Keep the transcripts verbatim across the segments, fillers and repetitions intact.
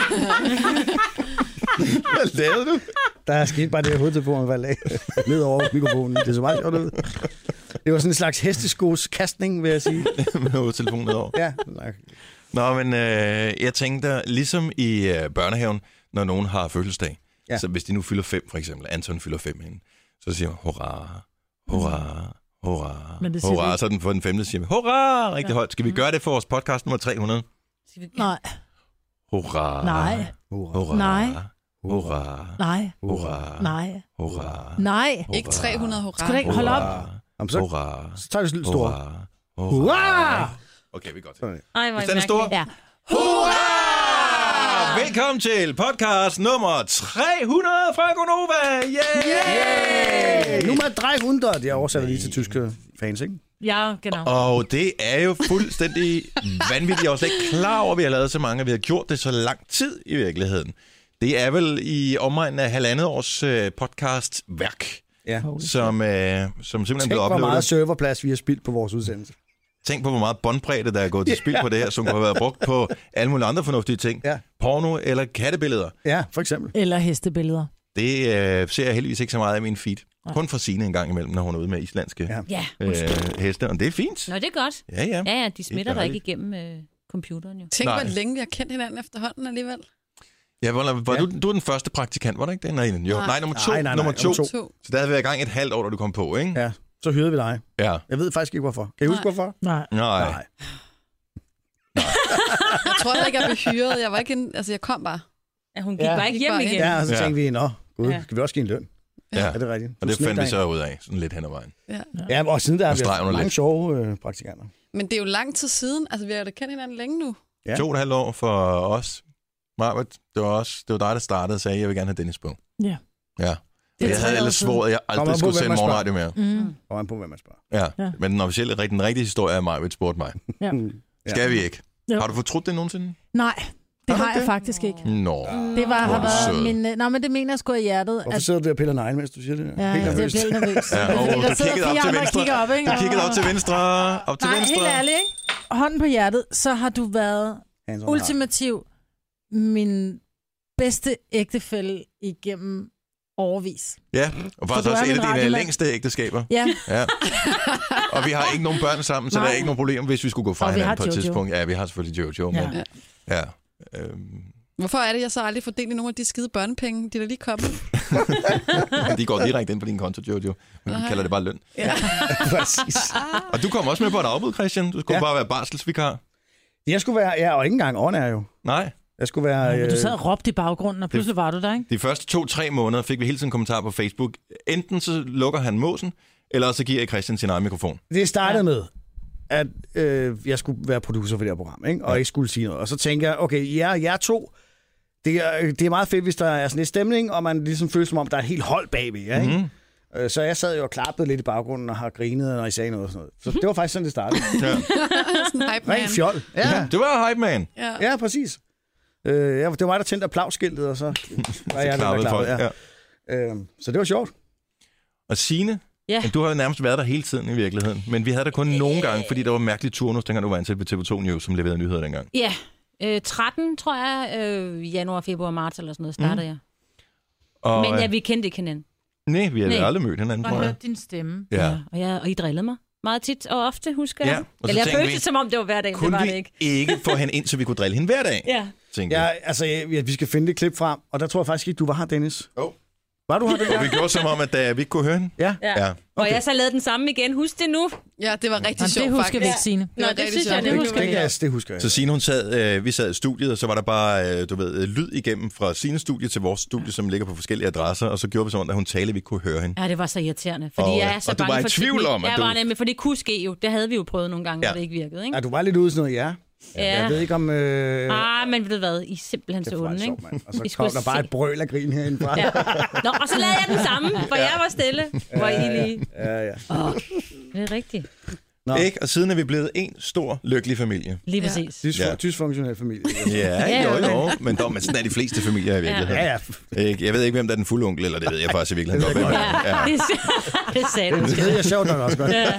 Hvad lavede du? Der er sket bare det, at hovedtelefonen faldt af ned over mikrofonen. Det er så meget sjovt ud. Det var sådan en slags hesteskoskastning, vil jeg sige. Med hovedtelefonen nedover. Ja. Nå, men øh, jeg tænkte, ligesom i øh, børnehaven, når nogen har fødselsdag, ja. Så hvis de nu fylder fem, for eksempel, Anton fylder fem hende, så siger man, hurra, hurra, hurra, hurra, så den for den femte siger man, hurra, rigtig ja. Højt. Skal vi gøre det for vores podcast nummer tre hundrede? Nej. Hurra. Nej. Hurra. Nej. Hurra. Nej. Hurra. Nej. Hurra. Nej. Ikke tre hundrede hurra. Skal du ikke holde op? Jamen, så, hurra. Så tager vi lidt store. Hurra. Hurra. Okay, vi går til. Ej, hvis den er stor. Ja. Hurra! Velkommen til podcast nummer tre hundrede fra Gonova. Yeah! Yeah! Nummer tre hundrede. Jeg oversætter lige til tyske fans, ikke? Ja, genau. Og det er jo fuldstændig vanvittigt. Jeg var slet ikke klar over, at vi har lavet så mange, og vi har gjort det så lang tid i virkeligheden. Det er vel i omegnen af halvandet års øh, podcastværk, ja. som, øh, som simpelthen blev oplevet. Tænk, hvor meget serverplads vi har spildt på vores udsendelse. Tænk på, hvor meget båndbredde, der er gået til spil på det her, som kunne have været brugt på alle mulige andre fornuftige ting. Ja. Porno eller kattebilleder. Ja, for eksempel. Eller hestebilleder. Det øh, ser jeg heldigvis ikke så meget af min feed. Kun fra Signe en gang imellem, når hun er ude med islandske ja. øh, heste. Og det er fint. Nå, det er godt. Ja, ja. Ja, ja, de smitter der ikke igennem øh, computeren jo. Tænk, hvor længe vi har kendt hinanden efterhånden alligevel. Ja, var, var ja. Du, du er den første praktikant, var det ikke det? Nej, jo. nej. nej nummer to. Nej, nej, nej, nummer to. to. Så der havde været i gang et halvt år, da du kom på, ikke? Ja, så hyrede vi dig. Ja. Jeg ved faktisk ikke, hvorfor. Kan I huske, hvorfor? Nej. Nej. nej. Jeg tror ikke, jeg blev hyret. Jeg var ikke en, altså, jeg kom bare. Ja, hun gik ja. bare ikke hjem igen. Ja, og så ja. tænkte vi, nå, gud, skal vi også give en løn? Ja, ja. Er det rigtigt? Og det fandt vi så ud af, sådan lidt hen ad vejen. Ja, ja og siden der er vi mange lidt. sjove øh, praktikanter. Men det er jo lang tid siden. Altså, vi har da kendt hinanden længe nu. Ja. To og et halvt år for os. Marvitt, det var også, det var dig, der startede og sagde, at jeg vil gerne have Dennis på. Ja. Ja. Det jeg havde ellers svoret, at jeg aldrig skulle sende morgenradio mere. Mm. Kommer an på, hvem man spørger. Ja. ja, men den officielle, den rigtige historie er, Marvitt spurgte mig. Ja. Skal vi ikke? Jo. Har du fortrudt det nogensinde? Nej. Det har, har jeg det? faktisk ikke. Nå. Det var, har været min... Nej, men det mener jeg sgu i hjertet. Hvorfor sidder du der og piller neglen, mens du siger det? Ja, helt det er helt nervøs. Ja, og fordi, du kiggede op til venstre. Op, ikke? Du kiggede op til venstre. Op til Nej, venstre. helt ærligt, ikke? Hånden på hjertet, så har du været ultimativ min bedste ægtefælle igennem overvis. Ja, og faktisk også et af dine længste ægteskaber. Ja. ja. Og vi har ikke nogen børn sammen, så Nej. Der er ikke nogen problem, hvis vi skulle gå fra hinanden på et Jojo. tidspunkt. Ja, vi har selvfølgelig Jojo. Ja. Men, ja. Øhm. Hvorfor er det, jeg så aldrig får del i nogle af de skide børnepenge, de der lige kommet? De går direkte ind på din konto, Jojo. Men vi kalder det bare løn. Ja. Præcis. Og du kom også med på et afbud, Christian. Du skulle ja. bare være barselsvikar. Jeg skulle være, ja, og ikke engang overnær jo. Nej. Jeg skulle være... Ja, men du sad og råbte i baggrunden, og pludselig var du der, ikke? De første to-tre måneder fik vi hele tiden kommentarer på Facebook. Enten så lukker han måsen, eller så giver jeg Christian sin egen mikrofon. Det startede ja. med, at øh, jeg skulle være producer for det her program, ikke? Og ja. ikke skulle sige noget. Og så tænker jeg, okay, jer, jer to, det er, det er meget fedt, hvis der er sådan lidt stemning, og man ligesom føler som om, der er et helt hold bagved, ikke? Mm-hmm. Så jeg sad jo og klappede lidt i baggrunden og har grinet, når I sagde noget og sådan noget. Så det var faktisk sådan, det startede. Ja. Rent fjol. Ja. Ja, du var hype man. Ja, ja præcis. Øh, ja, det var mig, der tændte applausskiltet, og så var jeg den, der klappede. Ja. Ja. Øh, så det var sjovt. Og Signe, ja. du har jo nærmest været der hele tiden i virkeligheden, men vi havde der kun øh, nogle gange, fordi der var mærkelige turnus, dengang du var ansat ved T V to News, som leverede nyheder dengang. Ja, øh, tretten tror jeg, øh, januar, februar, marts eller sådan noget, startede mm. jeg. Og, men ja, vi kendte ikke hinanden. Nej, vi havde aldrig mødt hinanden, tror jeg. Jeg hørte din stemme. Ja. Ja, og, jeg, og I drillede mig meget tit og ofte, husker ja, jeg. Eller jeg følte det, som om det var hver dag, det var det ikke. Kunne vi ikke få hende ind, så vi kunne drille hende hver dag? Ja. Ja, altså, ja, vi skal finde det klip frem, og der tror jeg faktisk ikke, du var her, Dennis. Jo. Oh. Var du her, Dennis? Og vi gjorde som om, at uh, vi ikke kunne høre hende. Ja. ja. ja. Okay. Og jeg så lavede den samme igen. Husk det nu. Ja, det var rigtig Jamen, sjovt, det husker vi ikke, Signe. Nå, det, det synes jeg, det husker vi. Det, det husker jeg. Så Signe, hun sad, øh, vi sad i studiet, og så var der bare, øh, du ved, lyd igennem fra Signes studie til vores studie, som ligger på forskellige adresser, og så gjorde vi sådan, at hun talte, at vi ikke kunne høre hende. Ja, det var så irriterende, fordi og, jeg er så og bange du var for i tvivl om, at jeg du... var nemlig, for det kunne ske jo. Det havde vi jo prøvet nogle gange, ja. Hvor det ikke virkede, ikke? Ja, du var lidt ude sådan noget, ja. Ja. Jeg ved ikke om... Øh... Ah, men ved du hvad? I er simpelthen så onde, ikke? Og så kom der bare se. et brøl af grin herindefra. Ja. Nå, og så lavede jeg den samme, for ja. jeg var stille, hvor I lige... Ja, ja. Oh, det er rigtigt. Ikke? Og siden er vi blevet en stor, lykkelig familie. Lige præcis. Ja. Ja. Dysfunktionel familie. Ja, jo, jo. Men, dog, men sådan er de fleste familier i virkeligheden. Ja, ja. Ikke? Jeg ved ikke, hvem der er den fulde onkel, eller det ved jeg faktisk i virkeligheden godt. Ja, Ja. det, det sagde du. Det ved jeg sjovt nok også godt. Ja.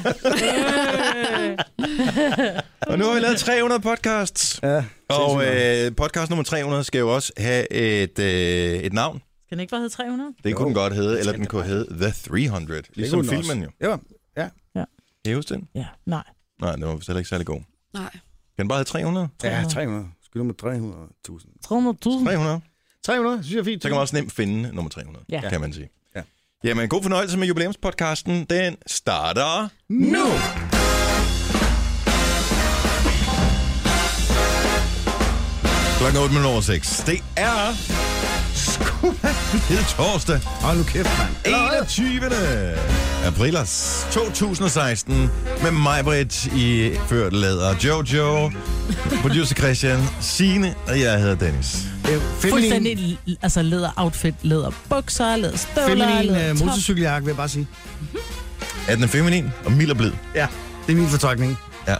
Og nu har vi lavet tre hundrede podcasts. Ja, Og øh, podcast nummer tre hundrede skal jo også have et, øh, et navn. Skal den ikke bare hedde tre hundrede? Det kunne den godt hedde, eller den kunne hedde The tre hundrede. Ligesom filmen jo. Ja, ja. Kan I huske den? Ja, nej. Nej, den var heller ikke særlig god. Nej. Kan den bare hedde tre hundrede? Ja, tre hundrede. Skal du med tre hundrede tusind? tre hundrede tusind. tre hundrede. tre hundrede, synes jeg er fint. Så kan man også nemt finde nummer tre hundrede, Ja. kan man sige. Ja. Jamen, god fornøjelse med jubilæumspodcasten. Den starter nu! Klokken otte minutter over seks. Det er sgu blevet torsdag. Hold nu kæft, mand. enogtyvende april to tusind og seksten med mig, Britt, i ført læder Jojo, producer Christian, Signe, og jeg hedder Dennis. Fuldstændig altså læder outfit, læder bukser, læder støvler, Feminin læder uh, top. motorcykeljakke, vil jeg bare sige. Er den feminin og mild og blid? Ja, det er min fortolkning. Ja.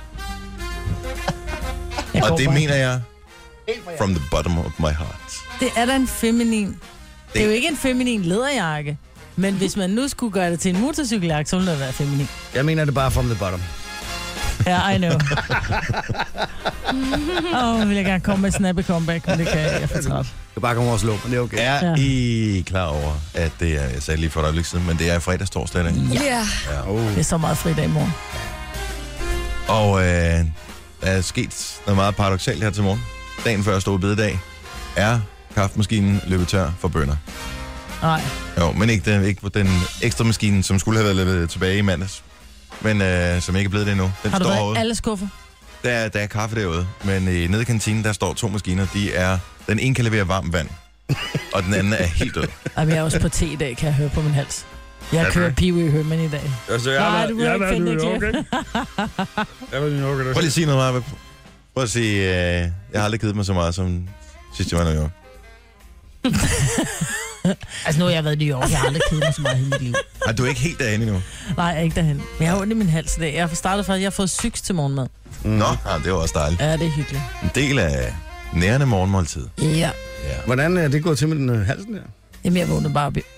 Jeg går Og det for mener jeg from the bottom of my heart. det. Det er da en feminin. Det er jo ikke en feminin læderjakke. Men hvis man nu skulle gøre det til en motorcykeljakke, så ville det være feminin. Jeg mener det bare from the bottom. Ja, yeah, I know. Åh, oh, vil jeg gerne komme med snappy comeback, men det kan jeg, jeg er for træt. Jeg kan bare komme over og slå, men det er okay. Er Ja. I klar over, at det er, jeg sagde lige for et øjeblik siden, men det er fredags torsdag i dag? Ja. Yeah. Ja. Oh. Det er så meget fridag i morgen. Og øh, der er sket noget meget paradoksalt her til morgen. Dagen før store bededag er kaffemaskinen løbet tør for bønner. Nej. Jo, men ikke den, ikke på den ekstra maskine, som skulle have været leveret tilbage i mandags. Men øh, som ikke er blevet det endnu. Den Har du står været herude. i alle skuffer? Der, er- der er kaffe derude, men i nede i kantinen, der står to maskiner. De er, den ene kan levere varmt vand, og den anden er helt død. Jamen, jeg er også på te i dag, kan jeg høre på min hals. Jeg Er kører det? Pee Wee Herman i dag. Altså, Nej, du må ikke finde det, Cliff. Jeg var i New York. Prøv lige at sige noget, Maja. Prøv at sige, øh, jeg har aldrig kedet mig så meget, som sidst jeg var i New York. Altså, nu har jeg været i New York. Jeg har aldrig kedet mig så meget i hele mit liv. Ej, du er ikke helt derinde endnu. Nej, jeg er ikke derhen. Men jeg har ondt i min hals i dag. Jeg har startet for, at jeg har fået syks til morgenmad. Nå, ja, det var også dejligt. Ja, det er hyggeligt. En del af nærende morgenmåltid. Ja. Ja. Hvordan er det gået til med den øh, halsen der? Jamen, jeg vågnede bare op i...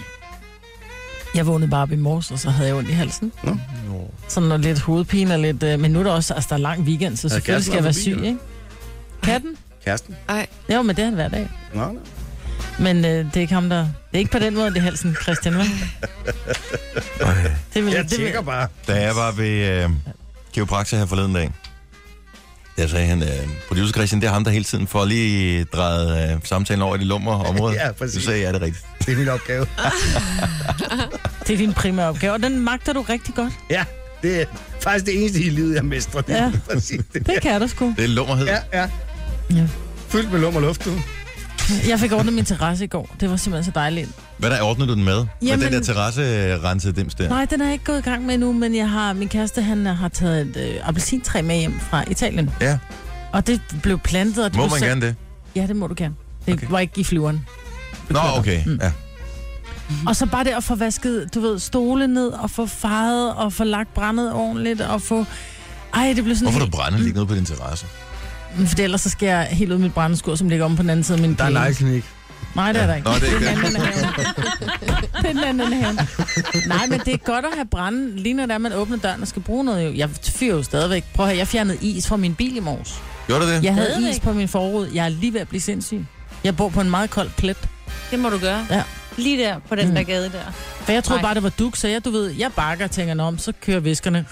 Jeg vågnede bare op i morges, og så havde jeg ondt i halsen. Nå. Sådan noget lidt hovedpine og lidt... Øh, men nu er der også... Altså, der er lang weekend, så Er selvfølgelig kæresten skal jeg være forbi, syg, eller? ikke? Katten? Kæresten? Ej. Jo, men det er han hver dag. Nå, nå. Men øh, det er ikke ham, der... Det er ikke på den måde, det er halsen, Christian, vel? Det vil, Jeg det vil, tjekker bare. Da jeg var ved øh, kiropraktor her forleden dag, der sagde han, øh, producer Christian, det er ham, der hele tiden får lige drejet øh, samtalen over i de lumre områder. Ja, præcis. Så sagde jeg, er det rigtigt. Det er min opgave. det er din primære opgave, og den magter du rigtig godt. Ja, det er faktisk det eneste i livet, jeg mestrer. Det, Ja. er præcis det. Det kan du sgu. Det er lummerhed. Ja, ja. Ja. Fyldt med lum og luft, du. Jeg fik ordnet min terrasse i går. Det var simpelthen så dejligt. Hvad der ordnede du den med? Jamen- Med den der terrasse-rensede dims der? Nej, den er jeg ikke gået i gang med nu, men jeg har, min kæreste han har taget et øh, appelsintræ med hjem fra Italien. Ja. Og det blev plantet. Og det Må blev man så... gerne det? Ja, det må du gerne. Det Okay. var ikke i flyveren. Nå, okay. Mm. Ja. Og så bare det at få vasket, du ved, stole ned og få fejet og få lagt brændet ordentligt og få... Ej, det blev sådan... Hvorfor du helt... brænder liggende ude på din terrasse? Men for ellers så skal jeg helt ud mit brændeskur, som ligger om på den anden side af min Der er en plæne. nejklinik. Nej, det er der ikke. Nå, det er ikke den anden have. Det er den anden have. Nej, men det er godt at have brænde, lige når der man åbner døren og skal bruge noget. Jo. Jeg fyrer jo stadigvæk. Prøv at høre, jeg fjernede is fra min bil i morges. Gjorde du det? Jeg havde Stadigvæk? is på min forrude. Jeg er lige ved at blive sindssyg. Jeg bor på en meget kold plet. Det må du gøre. Ja. Lige der, på den Mm. der gade der. For jeg troede Nej. bare, det var duk, så jeg, du ved, jeg bakker og tænker om, så kører viskerne.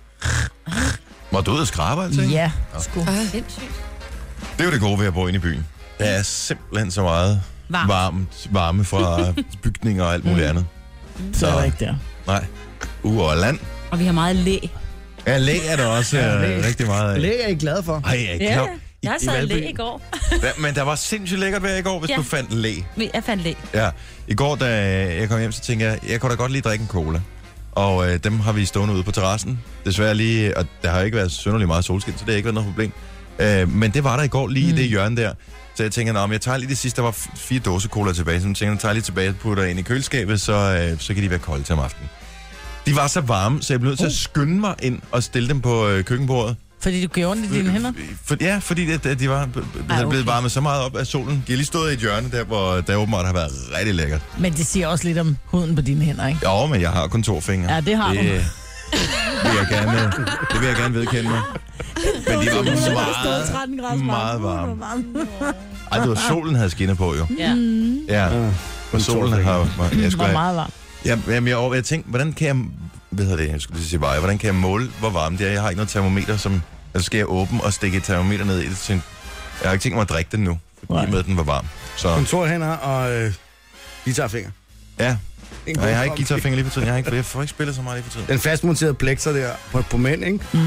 Var du ude at skrabe, altså? ikke? Ja, sgu. Sindssygt. Det er jo det gode ved at bo inde i byen. Der er simpelthen så meget Varmt. varmt, varme fra bygninger og alt muligt Mm. andet. Så er der ikke der. Nej. U og land. Og vi har meget læ. Ja, læ er der også Ja, ja, læ. rigtig meget af. Læge er I glad for. Ej, jeg er ikke Ja, klar. jeg I sad Valby. læ i går. Hva- Men der var sindssygt lækkert vejr i går, hvis Ja. du fandt læ. Jeg fandt læ. Ja. I går, da jeg kom hjem, så tænkte jeg, jeg kunne da godt lige drikke en cola. Og øh, dem har vi stående ude på terrassen. Desværre lige, og der har ikke været synderligt meget solskin, så det har ikke været noget problem. Øh, men det var der i går, lige mm. i det hjørne der. Så jeg tænker, om jeg tager lige det sidste, der var f- fire dåser cola tilbage, så jeg tænker, jeg tager lige tilbage og putter ind i køleskabet, så, øh, så kan de være kolde til om aftenen. De var så varme, så jeg blev nødt til at skynde mig ind og stille dem på øh, køkkenbordet. Fordi du gjorde ondt i dine hænder? For, ja, fordi at, at de var Ej, okay. blevet varmet så meget op af solen. De har lige stået i et hjørne der, hvor der åbenbart har været rigtig lækkert. Men det siger også lidt om huden på dine hænder, ikke? Jo, men jeg har kun to fingre. Ja, det har det, du. Vil jeg gerne, det vil jeg gerne vedkende mig. Men de var meget, meget varme. Ej, det var solen, havde skinnet på, jo. Ja. Ja, og solen har... Jeg var meget varm. Ja, jeg, jeg, jeg tænkte, hvordan kan jeg... Hvad hedder det? Jeg skulle lige sige bare. Hvordan kan jeg måle, hvor varmt det er? Jeg har ikke noget termometer, som... Altså skal jeg åbne og stikke et termometer ned i det. Jeg har ikke tænkt mig at drikke den nu, fordi med den var varm. Så... Kontorhænder og øh, guitarfinger. Ja. Nej, jeg har ikke guitarfinger lige for tiden. Jeg, har ikke, jeg får ikke spillet så meget lige for tiden. Den fastmonterede plekser der på, på mænd, ikke? Mm.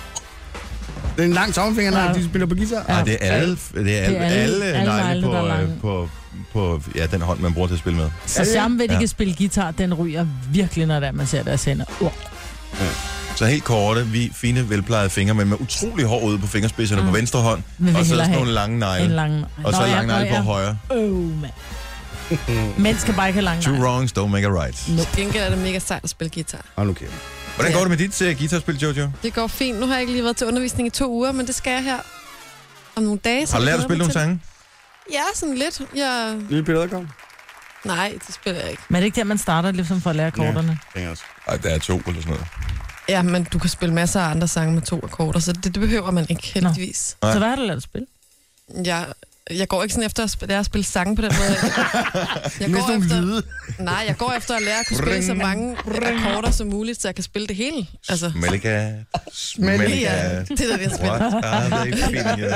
Det er en lang tommelfinger, når ja. de spiller på guitar. Ja, det er alle, det er alle, det er alle, alle negle på, på, på, på ja, den hånd, man bruger til at spille med. Så sammen ved, at de ja. kan spille guitar, den ryger virkelig, når der, man ser deres hænder. Uh. Ja. Så helt korte, vi fine, velplejede fingre, men med utrolig hår ude på fingerspidserne mm. på venstre hånd. Og så sådan nogle lange negle. Lang... Og så Nå, lange negle ja, på højre. Oh, man. Mænd skal bare ikke have lange Two negle. Wrongs don't make a right. Nope. Gengæld er det mega sejt at spille guitar. Hold okay. Hvordan ja. går det med dit uh, guitarspil, Jojo? Det går fint. Nu har jeg ikke lige været til undervisning i to uger, men det skal jeg her om nogle dage. Har du lært at spille nogle sange? Ja, sådan lidt. Jeg... Lille Pedergaard? Nej, det spiller jeg ikke. Men er det ikke der, man starter ligesom for at lære akkorderne? Ja, også. Ej, der er to eller sådan noget. Ja, men du kan spille masser af andre sange med to akkorder, så det, det behøver man ikke heldigvis. Så hvad har du lært at spille? Jeg, jeg går ikke sådan efter at, lære at spille sange på den måde. Jeg går efter, lyde. nej, jeg går efter at lære at kunne spille så mange akkorder som muligt, så jeg kan spille det hele. Altså. Smellica. Smellica. Ja, det er det, jeg spiller.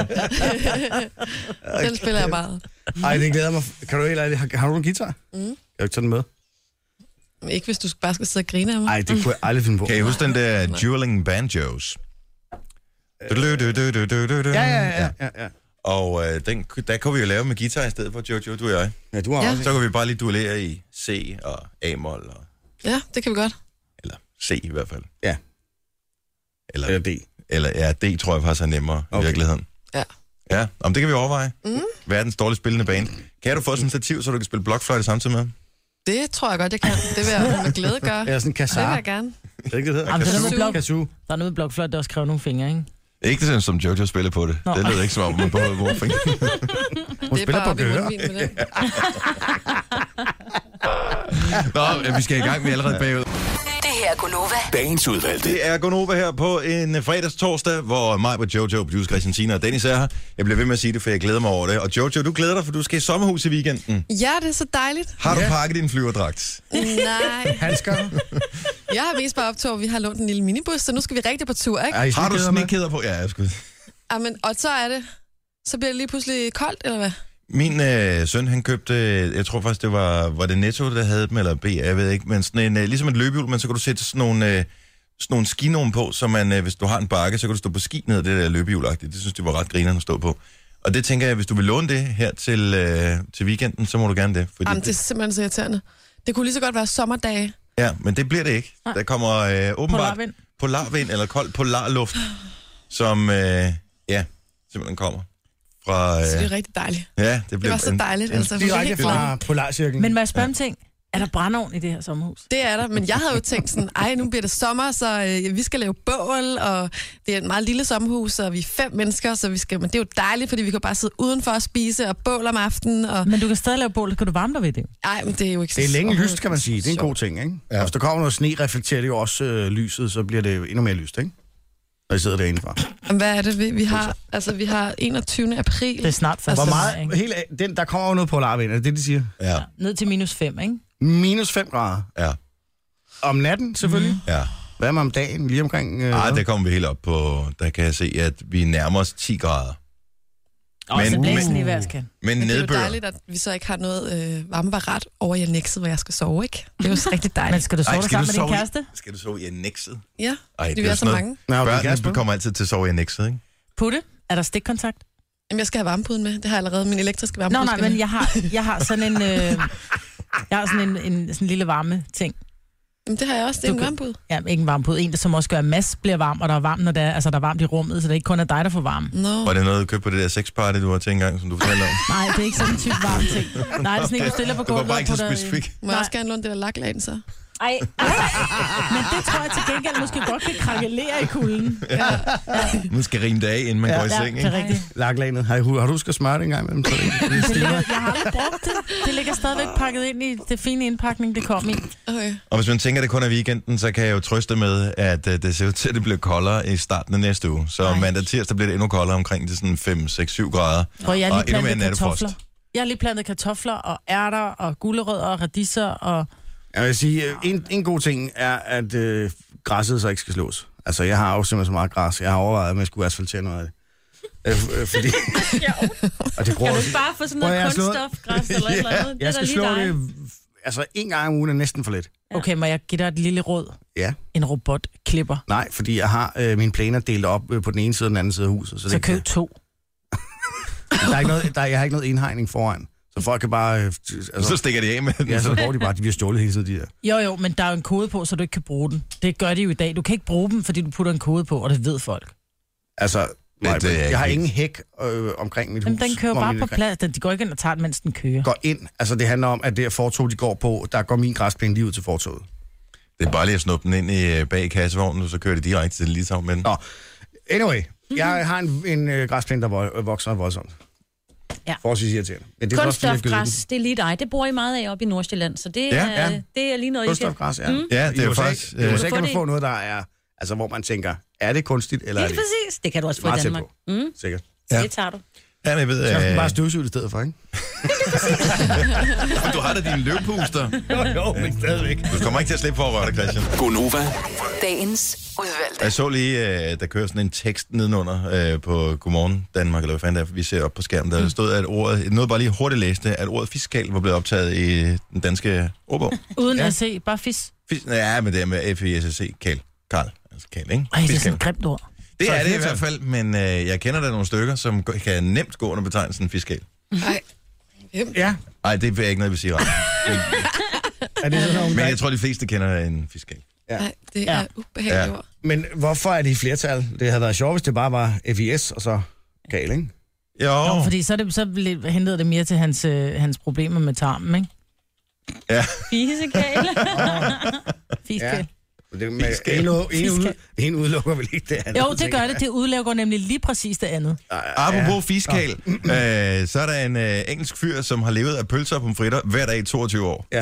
Den spiller jeg meget. Ej, det glæder mig. Kan du helt ærligt, har, har du en guitar? Mm. Jeg har ikke tage den med. Ikke hvis du bare skal sidde og grine af mig. Nej, det kunne jeg aldrig finde på. Kan I huske den der Dueling Banjos? Ja, ja, ja, ja. Og øh, den, der kunne vi jo lave med guitar i stedet for, Jojo, du og jeg. Ja, du har ja. også. Så kan vi bare lige duellere i C og A-mol. Og... Ja, det kan vi godt. Eller C i hvert fald. Ja. Eller, eller D. Eller ja, D tror jeg faktisk er nemmere okay. i virkeligheden. Ja. Ja, om det kan vi overveje. Mm. Verdens dårligt spillende bane. Kan du få sådan en stativ, så du kan spille blokfløjte samtidig med? Det tror jeg godt, jeg kan. Det vil jeg med glæde gøre. Ja, sådan en kassar. Det vil jeg gerne. Det er ikke, det hedder. Jamen, Kassou. der, er Kassou. der er noget med blokfløjte, der også kræver nogle fingre, ikke? Ikke det, som Jojo spiller på det. Nå. Det lyder ikke som om, man behøver gode fingre. Hun spiller på gøre. Nå, vi skal i gang. Vi er allerede bagud. Det her er Gonova. Dagens udvalgte. Det er Gonova her på en fredagstorsdag, hvor mig og Jojo, producer Christian Tina og Dennis er her. Jeg bliver ved med at sige det, for jeg glæder mig over det. Og Jojo, du glæder dig, for du skal i sommerhus i weekenden. Ja, det er så dejligt. Har du ja. pakket din flyverdragt? Nej. Handsker. Jeg har vist bare optur, vi har lånt en lille minibus, så nu skal vi rigtig på tur, ikke? Ej, har du snekæder på? Ja, jeg skulle... Amen, og så er det. Så bliver det lige pludselig koldt, eller hvad? Min øh, søn, han købte, jeg tror faktisk, det var, var det Netto, der havde dem, eller B, jeg ved ikke, men sådan en, øh, ligesom et løbehjul, men så kan du sætte sådan nogle, øh, sådan nogle skinorm på, så man, øh, hvis du har en bakke, så kan du stå på ski ned af det der løbehjulagtigt. Det synes det var ret grinerende at stå på. Og det tænker jeg, hvis du vil låne det her til, øh, til weekenden, så må du gerne det. Fordi Jamen, det er simpelthen så irriterende. Det kunne lige så godt være sommerdage. Ja, men det bliver det ikke. Nej. Der kommer øh, åbenbart polarvind. polarvind, eller kold polarluft, som, øh, ja, simpelthen kommer. Fra, øh, så det er rigtig dejligt. Ja, det, det bliver var så dejligt. En, altså, en direkte fra polarcirklen. Men må jeg spørge om ting? Er der brændeovn i det her sommerhus? Det er der, men jeg havde jo tænkt sådan, ej, nu bliver det sommer, så øh, vi skal lave bål, og det er et meget lille sommerhus, og vi er fem mennesker, så vi skal, men det er jo dejligt, fordi vi kan bare sidde udenfor og spise og bål om aftenen. Og... Men du kan stadig lave bål, kan du varme dig ved det? Nej, men det er jo ikke så... Det er længe lyst, kan man sige. Det er en god ting, ikke? Ja. Hvis der kommer noget sne, reflekterer det jo også øh, lyset, så bliver det endnu mere lyst, ikke? Når I sidder derinde fra. Hvad er det, vi, vi har? Altså, vi har enogtyvende april. Det er snart første. Hvor meget? Helt, den, der kommer jo noget polarvind, er det det, de siger? Ja. Ja, ned til minus fem, ikke? Minus fem grader. Ja. Om natten, selvfølgelig. Mm. Ja. Hvad med om dagen? Lige omkring... Øh, Ej, der kommer vi helt op på... Der kan jeg se, at vi nærmer os ti grader. Og så blæsen i hver skal. Men, men det er jo nedbør. dejligt, at vi så ikke har noget øh, varmevaret over i annexet, hvor jeg skal sove, ikke? Det er jo så rigtig dejligt. Men skal du sove Ej, skal sammen du med din kæreste? I, skal du sove i annexet? Ja, Ej, det, det er så mange. Nå, børnene kommer altid til at sove i annexet, ikke? Putte, er der stikkontakt? Jamen, jeg skal have varmepuden med. Det har jeg allerede. Min elektriske varmepude. Nå, nej, men jeg har, jeg har sådan en... Øh, jeg har sådan en, en sådan en lille varme ting. Jamen, det har jeg også. Det er du en varmepude. Ja, ikke en varmepude. En, der som også gør, at Mads bliver varm, og der er varmt, når der er, altså, der er varmt i rummet, så det er ikke kun er dig, der får varme. No. Var det noget, du købte på det der sexparty, du har til engang, som du fortalte om? Nej, det er ikke sådan en type varme ting. Nej, det er sådan en, du stiller på gulvet. Det var bare ikke så specifik. Må jeg også gerne låne det der lakland, så? Ej. Men det tror jeg til gengæld måske godt kan krakelere i kulden. Ja. Ja. Nu skal rime af, inden man ja, går i ja, seng. Det er rigtigt. Laklanet. Har du, har du skal smøre det en gang imellem? Det ligger, jeg har aldrig brugt det. Det ligger stadigvæk pakket ind i det fine indpakning, det kom i. Okay. Og hvis man tænker, at det kun er weekenden, så kan jeg jo trøste med, at uh, det ser ud til, at det bliver koldere i starten af næste uge. Så Ej. mandag tirsdag bliver det endnu koldere omkring til sådan fem, seks, syv grader. Og jeg har lige plantet kartofler. Jeg har lige plantet kartofler og ærter og gulerødder og radiser og... Jeg vil sige, en, en god ting er, at øh, græsset så ikke skal slås. Altså, jeg har jo simpelthen så meget græs. Jeg har overvejet, at jeg skulle asfaltere noget af det. Øh, øh, fordi... og det kan du ikke bare få sådan noget kunststofgræs eller et eller andet? Jeg skal slå det... Altså, en gang om ugen er næsten for lidt. Ja. Okay, må jeg give dig et lille råd? Ja. En robotklipper? Nej, fordi jeg har øh, mine planer delt op øh, på den ene side og den anden side af huset. Så, så køb to. der er ikke noget, der, jeg har ikke noget indhegning foran. Så folk kan bare... Øh, altså, så stikker de af med den. Ja, så går de bare. De bliver stjålet hele tiden, de der. Jo, jo, men der er jo en kode på, så du ikke kan bruge den. Det gør de jo i dag. Du kan ikke bruge dem, fordi du putter en kode på, og det ved folk. Altså, nej, det, jeg har ingen hæk øh, omkring mit Jamen, hus. den kører bare på plads. De går ikke ind og tager den, mens den kører. Går ind. Altså, det handler om, at det fortog, de går på, der går min græsplæne lige ud til fortoget. Det er bare lige at snuppe den ind i bag kassevognen, og så kører det direkte til Litauen med den. Nå, anyway. Jeg har en, en øh, græsplæne, der vokser voldsomt. Ja. Forholdsvis irriterende. Men det er kunststofgræs, det er lige dig. Det bor I meget af oppe i Nordsjælland, så det, ja, er, ja. det er lige noget, I skal... Kunststofgræs, ja. Mm. Ja, det er I U S A, faktisk... I U S A kan man få noget, der er... Altså, hvor man tænker, er det kunstigt, eller Helt er det... præcis. Det kan du også få i Danmark. Mm. Sikkert. Ja. Det tager du. Ja, men jeg ved... Så skal øh... bare støvsuge i stedet for, ikke? Du har da dine løvpuster. Jo, jo, men stadigvæk. Du kommer ikke til at slippe for at røre dig, Christian. Gonova. Dagens udvalgte. Jeg så lige, der kører sådan en tekst nedenunder øh, på Godmorgen Danmark, eller hvad fanden det er, vi ser op på skærmen, der stod, at ordet, noget bare lige hurtigt læste, at ordet fiskal var blevet optaget i den danske ordbog. Uden ja. at se, bare fis. Fis, ja, men det er med F I S C, Kal. Karl, altså Kal, ikke? Ej, det er sådan et grimt ord. Det er det i hvert fald, men øh, jeg kender der nogle stykker, som kan nemt gå under betegnelsen fiskal. Nej. Ja. Nej, det er ikke noget, jeg vil sige ret. Er det sådan nogle, men jeg tror, de fleste kender en fiskal. Ja. Nej, det er ja. ubehageligt ord. Men hvorfor er det i flertal? Det havde været sjovt, hvis det bare var F I S og så Kal, ikke? Jo. Nå, fordi så, det, så hentede det mere til hans, øh, hans problemer med tarmen, ikke? Ja. Fisekal. Fiskal. Ja. Det med, en, en, ud, en udelukker vel ikke det andet? Jo, det gør det. Det udelukker nemlig lige præcis det andet. Apropos ja. fiskal, øh, så er der en øh, engelsk fyr, som har levet af pølser og pomfritter hver dag i toogtyve år. Ja.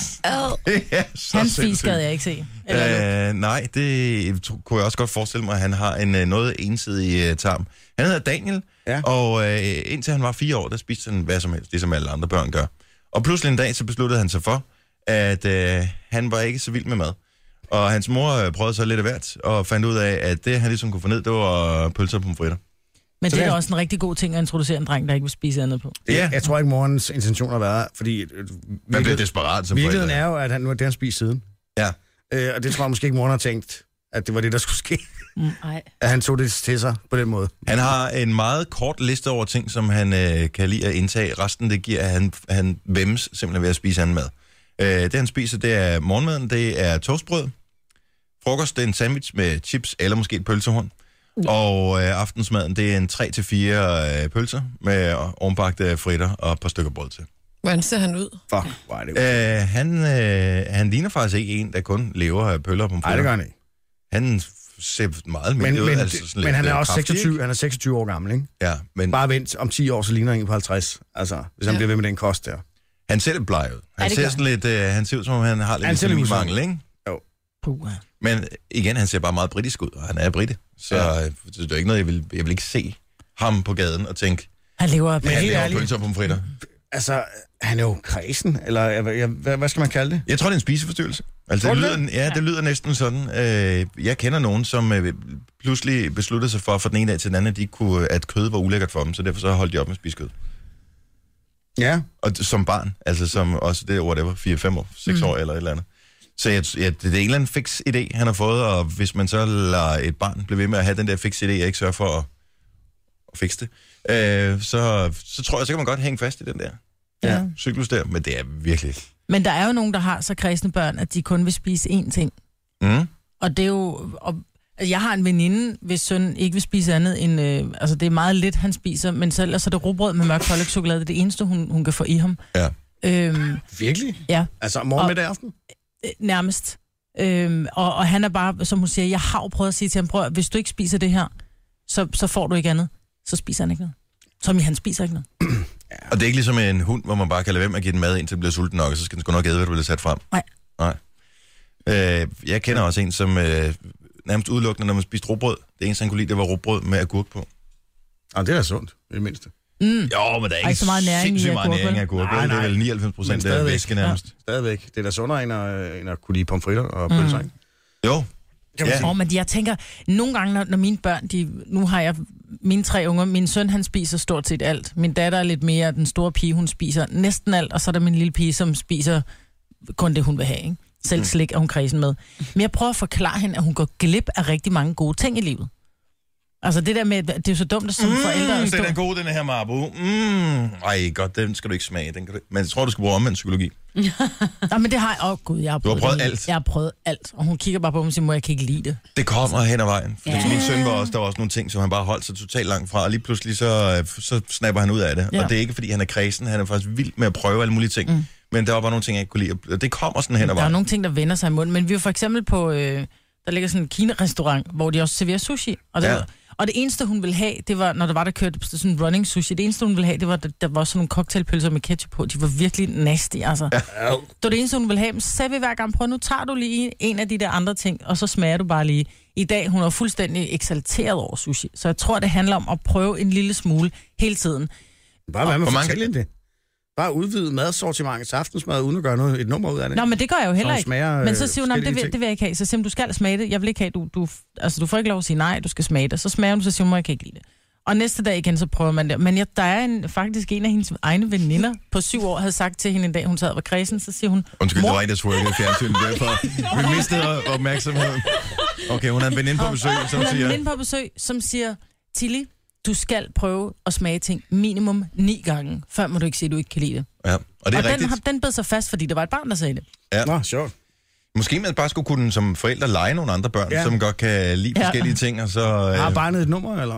ja Hans fisk havde jeg ikke se. Øh, nej, det kunne jeg også godt forestille mig, at han har en noget ensidig uh, tarm. Han hedder Daniel, ja. og øh, indtil han var fire år, der spiste han hvad som helst, det som alle andre børn gør. Og pludselig en dag, så besluttede han sig for, at øh, han var ikke så vild med mad. Og hans mor prøvede så lidt af hvert, og fandt ud af, at det, han ligesom kunne få ned, det var pølser og pomfritter. Men så det er da også en rigtig god ting at introducere en dreng, der ikke vil spise andet på. Det, ja. Jeg tror ikke, morens intention har været, fordi... Man bliver desperat som virkeligheden er jo, at han nu er det, han spist siden. Ja. Øh, og det tror jeg måske ikke, moren har tænkt, at det var det, der skulle ske. Mm, at han tog det til sig på den måde. Han har en meget kort liste over ting, som han øh, kan lide at indtage. Resten, det giver, at han, han væmmes simpelthen ved at spise anden mad. Øh, det, han spiser, det er morgenmaden, det er toastbrød. Frokost, det er en sandwich med chips eller måske et pølsehorn. Mm. Og øh, aftensmaden, det er en tre til fire øh, pølser med ovenbagte fritter og et par stykker brød til. Hvordan ser han ud? Fuck, hvor er det øh, han, øh, han ligner faktisk ikke en, der kun lever af pøller og pomfritter. Nej, det gør han ikke. Han ser meget men, ud. Men, altså sådan men han er også kraftig, seksogtyve, han er seksogtyve år gammel, ikke? Ja, men... Bare vent, om ti år, så ligner han en på halvtreds. Altså, hvis han ja. bliver ved med den kost der. Han ser lidt bleg ud. Han ja, ser sådan lidt, øh, han ser ud som om han har lidt vitaminmangel, ikke? Jo. Puh. Men igen, han ser bare meget britisk ud, og han er brite. Så ja. det er ikke noget, jeg vil, jeg vil ikke se ham på gaden og tænke, han lever af pølser og pomfritter. Altså, han er jo kredsen, eller jeg, hvad, hvad skal man kalde det? Jeg tror, det er en spiseforstyrrelse. Altså, det lyder, ja, det lyder næsten sådan. Øh, jeg kender nogen, som øh, pludselig besluttede sig for, fra den ene dag til den anden, at, de kunne, at kød var ulækkert for dem, så derfor så holdt de op med at spise kød. Ja. Og som barn, altså som også det, whatever, fire fem år, seks mm. år eller et eller andet. Så jeg, ja, det er en eller anden fix idé, han har fået, og hvis man så lader et barn blive ved med at have den der fix idé, og ikke sørger for at, at fikse det, øh, så, så tror jeg, så kan man godt hænge fast i den der ja. cyklus der, men det er virkelig... Men der er jo nogen, der har så kredsende børn, at de kun vil spise én ting. Mm. Og det er jo... Og, altså jeg har en veninde, hvis søn ikke vil spise andet end... Øh, altså det er meget lidt, han spiser, men så ellers er det rugbrød med mørk pålægschokolade. Det er det eneste, hun, hun kan få i ham. Ja. Øhm, Virkelig? Ja. Altså morgen, middag, aften? nærmest. Øhm, og, og han er bare, som hun siger, jeg har jo prøvet at sige til ham, prøv, hvis du ikke spiser det her, så, så får du ikke andet. Så spiser han ikke noget. Som i, han spiser ikke noget. Ja. Og det er ikke ligesom en hund, hvor man bare kan lade være med at give den mad, indtil den bliver sulten nok, og så skal den sgu nok æde, hvad du bliver sat frem. Nej. Nej. Øh, jeg kender også en, som øh, nærmest udelukkende, når man spiste rugbrød. Det eneste, han kunne lide, det var rugbrød med agurk på. Ah, det er sundt, i det mindste. Mm. Jo, men der er ikke så meget næring sindssygt i meget næring af agurk. Nej, nej. Det er vel nioghalvfems procent af væske nærmest. Ja. Stadigvæk. Det er da sundere, end at, end at kunne lide pomfritter og pølser, mm. Jo. Ja. Oh, men jeg tænker, nogle gange, når, når mine børn, de, nu har jeg mine tre unger, min søn, han spiser stort set alt. Min datter er lidt mere, den store pige, hun spiser næsten alt, og så er der min lille pige, som spiser kun det, hun vil have, ikke? Selv slik er hun kredsen med. Men jeg prøver at forklare hende, at hun går glip af rigtig mange gode ting i livet. Altså det der med, det er jo så dumt, at som mm, forældre... Den er god, den her Marabou. Mm. Ej, godt, den skal du ikke smage. Den kan du... Men jeg tror, du skal bruge omvendt psykologi. Nå, men det har jeg... Åh, oh, gud, jeg har prøvet, du har prøvet det. alt? Jeg har prøvet alt. Og hun kigger bare på mig og siger, må jeg kan ikke lide det. Det kommer hen ad vejen. Ja. Min søn var også, der var også nogle ting, som han bare holdt sig totalt langt fra, og lige pludselig så, så snapper han ud af det. Ja. Og det er ikke, fordi han er kredsen. Han er faktisk vild med at prøve alle mulige ting. Mm. Men der var bare nogle ting, jeg ikke kunne lide. Og det kommer sådan hen ad vejen. Der er nogle ting, der vender sig i munden. Men vi var for eksempel på... Øh, der ligger sådan en Kina-restaurant, hvor de også serverer sushi. Og det, ja. var, og det eneste, hun ville have, det var, når der var, der kørte sådan en running sushi, det eneste, hun ville have, det var, der, der var sådan nogle cocktailpølser med ketchup på. De var virkelig nasty, altså. Ja. Det var det eneste, hun ville have. Men så sagde vi hver gang, prøv, nu tager du lige en af de der andre ting, og så smager du bare lige. I dag, hun er fuldstændig eksalteret over sushi. Så jeg tror, det handler om at prøve en lille smule hele tiden. Bare hvad man fortæller det. Bare udvide madsortimentet til aftensmad, uden at gøre noget, et nummer ud af det. Nå, men det gør jeg jo heller ikke. Smager, men så siger hun, det vil, det vil jeg ikke have. Så siger hun, du skal smage det. Jeg vil ikke have, du, du, altså, du får ikke lov at sige nej, du skal smage det. Så smager hun, så siger hun, jeg kan ikke lide det. Og næste dag igen, så prøver man det. Men jeg, der er en, faktisk en af hendes egne veninder på syv år, havde sagt til hende en dag, hun sad og var kredsen, så siger hun... Undskyld, det var ikke, der twerkede i fjernsynet derfor. Vi mistede opmærksomheden. Okay, hun har en veninde på besøg, som siger... Hun har en veninde på besøg, som siger, Tilly, du skal prøve at smage ting minimum ni gange, før må du ikke sige, at du ikke kan lide det. Ja, og det er og rigtigt. Den, den bed sig fast, fordi der var et barn, der sagde det. Ja. Nå, sjovt. Måske man bare skulle kunne som forældre lege nogle andre børn, ja. som godt kan lide ja. forskellige ting, og så... Øh... Har barnet et nummer, eller?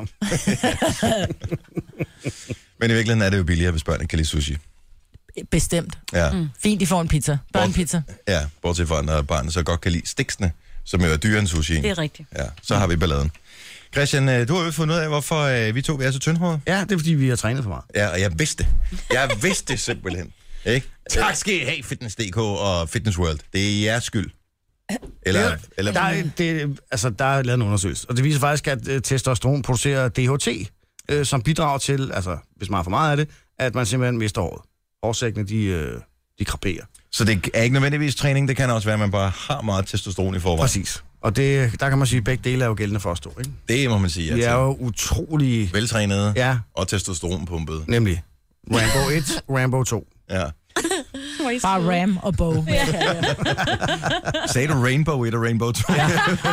Men i virkeligheden er det jo billigere, hvis børnene kan lide sushi. Bestemt. Ja. Mm. Fint, de får en pizza. Børnepizza. Ja, bortset fra, når barnet så godt kan lide stiksene, som jo er dyrere end sushi. Det er rigtigt. Ja, så har vi balladen. Christian, du har jo fundet ud af, hvorfor vi to vi er så tyndhårede. Ja, det er fordi, vi har trænet for meget. Ja, og jeg vidste det. Jeg vidste det simpelthen. Ikke? Tak skal I have, Fitness punktum d k og Fitness World. Det er jeres skyld. Eller, det, eller... Der, er, det, altså, der er lavet en undersøgelse, og det viser faktisk, at uh, testosteron producerer D H T, uh, som bidrager til, altså hvis man har for meget af det, at man simpelthen mister håret. Hårsækkene, de, uh, de kraperer. Så det er ikke nødvendigvis træning, det kan også være, at man bare har meget testosteron i forvejen. Præcis. Og det, der kan man sige, at begge dele er jo gældende for at stå, ikke? Det må man sige, ja. De er jo utrolig... veltrænede ja. og testosteronpumpede. Nemlig. Rambo et, Rambo to. Ja. Bare Ram og Bow. Ja. Sagde du Rainbow et og Rainbow to? Ja.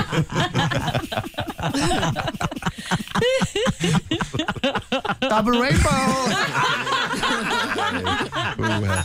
Double Rainbow! uh-huh.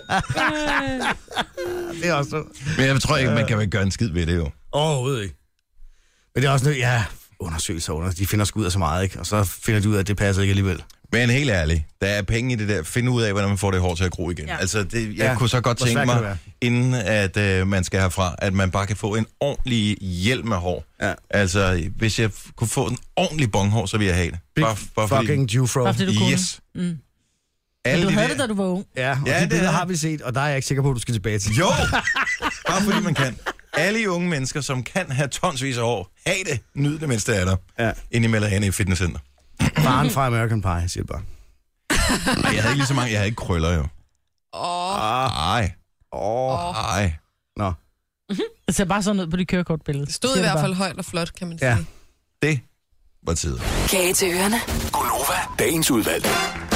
Det er også... Men jeg tror ikke, man kan gøre en skid ved det jo. Overhovedet ikke. Men det er også noget, ja, undersøgelser under. De finder sgu ud af så meget, ikke? Og så finder de ud af, at det passer ikke alligevel. Men helt ærligt, der er penge i det der. Find ud af, hvordan man får det hår til at gro igen. Ja. Altså, det, jeg ja. kunne så godt tænke mig, inden at øh, man skal herfra, at man bare kan få en ordentlig hjelm med hår. Ja. Altså, hvis jeg kunne få en ordentlig bonghår, så ville jeg have det. Big bare, bare fucking Jufro. Bare fordi du kunne. Yes. Mm. Men du havde det, da du var ung. Ja, og ja, de billeder har vi set, og der er jeg ikke sikker på, at du skal tilbage til. Jo, bare fordi man kan. Alle unge mennesker, som kan have tonsvis af hår, have det, nyd det, mens det er der. Ja. Inden I melder hende i fitnesscenter. Faren fra American Pie, siger det bare. Nej, jeg havde ikke lige så mange. Jeg havde ikke krøller, jo. Åh. Nej. Åh. Nej. Nå. Det ser bare sådan ud på de kørekortbilleder. Det stod i hvert fald højt og flot, kan man sige. Ja. Det var tid. Kage til ørerne. Gonova, dagens udvalgte.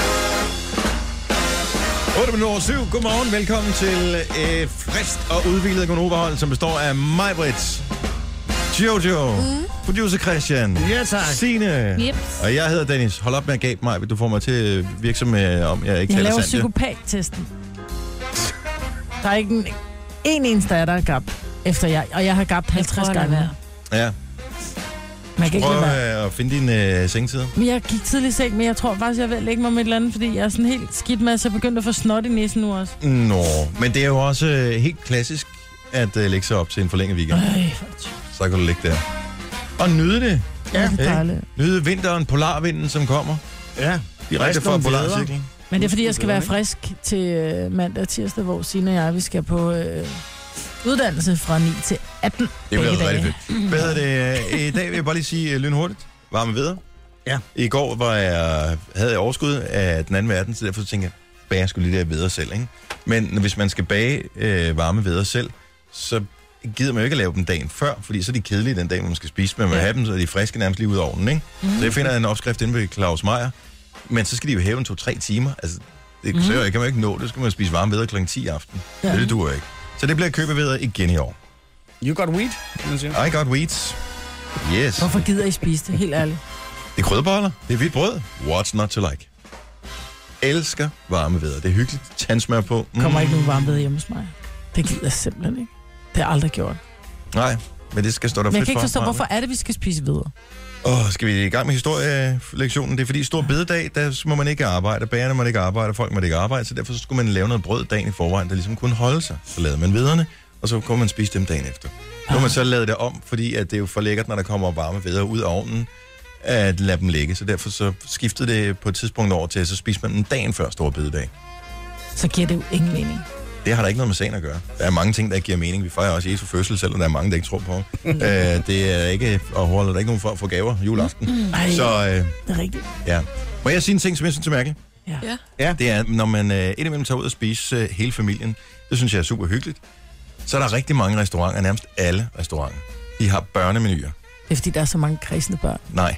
otte minutter over syv. Godmorgen. Velkommen til et frist og udhvilet Gonova-hold, som består af mig, Britt, Jojo, mm. producer Christian, ja, tak. Signe, yep. og jeg hedder Dennis. Hold op med at gabe mig, du får mig til at virke som om jeg ikke jeg taler sandt. Jeg laver psykopat-testen. Der er ikke en, en eneste af der er gabt efter jeg, og jeg har gabt halvtreds gange. Ja. Man kan Prøv ikke at finde din øh, sengtid. Men jeg gik tidlig i seng, men jeg tror faktisk, jeg vil lægge mig med et eller andet, fordi jeg er sådan helt skidt med, at jeg begyndte at få snot i næsen nu også. Nå, men det er jo også øh, helt klassisk at uh, lægge sig op til en forlænget weekend. Ej, Så kan du ligge der. Og nyde det. ja, det er Ikke? dejligt. Nyde vinteren, polarvinden, som kommer. Ja. Direkte fra polarcykling. Men det er fordi, jeg skal være frisk til øh, mandag og tirsdag, hvor Signe og jeg, vi skal på øh, uddannelse fra ni til atten. Det bliver rigtig fedt. Hvad hedder det? I dag vil jeg bare lige sige uh, lynhurtigt. Varme videre. Ja. I går var jeg, havde jeg overskud af den anden verden, så derfor tænkte jeg, bager jeg skulle lige der videre selv, ikke? Men hvis man skal bage øh, varme videre selv, så gider man jo ikke at lave dem dagen før, fordi så er de kedelige den dag, hvor man skal spise, men man ja. have dem, så er de friske nærmest lige ud af ovnen, ikke? Mm. Så jeg finder en opskrift inde ved Claus Meier, men så skal de jo hæve en to-tre timer. Altså, det mm. så kan man jo ikke nå, det skal man spise varme videre klokken ti i aften. Ja. Det, det duer ikke. Så det bliver købet videre igen i år. You got wheat, kan man sige. I got wheat. Yes. Hvorfor gider I spise det? Helt ærligt. Det er krydderboller. Det er hvidt brød. What's not to like? Elsker varme videre. Det er hyggeligt. Tandsmør på. Mm. Kommer ikke nogen varme ved hjemme hos mig. Det gider jeg simpelthen ikke. Det har jeg aldrig gjort. Nej, men det skal stå der Men jeg frit kan ikke for. forstå, hvorfor er det, vi skal spise videre? Åh, oh, skal vi i gang med historielektionen? Det er fordi stor bededag, der må man ikke arbejde. Bagerne må ikke arbejde, folk må ikke arbejde. Så derfor så skulle man lave noget brød dagen i forvejen, der ligesom kunne holde sig. Så lavede man viderne, og så kunne man spise dem dagen efter. Nu har man så lavet det om, fordi at det er jo for lækkert, når der kommer varme videre ud af ovnen, at lade dem ligge. Så derfor så skiftede det på et tidspunkt over til, at så spiser man den dagen før store bededag. Så giver det jo ingen mening. Det har der ikke noget med sagen at gøre. Der er mange ting, der ikke giver mening. Vi fejrer også Jesu fødsel, selvom der er mange, der ikke tror på. øh, det er ikke, og holder der ikke nogen for at få gaver juleaften. Ej, så, øh, det er rigtigt. ja. Må jeg sige en ting, som jeg synes er mærkeligt? Ja. Ja. Ja. Det er, når man øh, indimellem tager ud og spise øh, hele familien, det synes jeg er super hyggeligt, så er der rigtig mange restauranter, nærmest alle restauranter. De har børnemenuer. Det er fordi, der er så mange kredsende børn. Nej,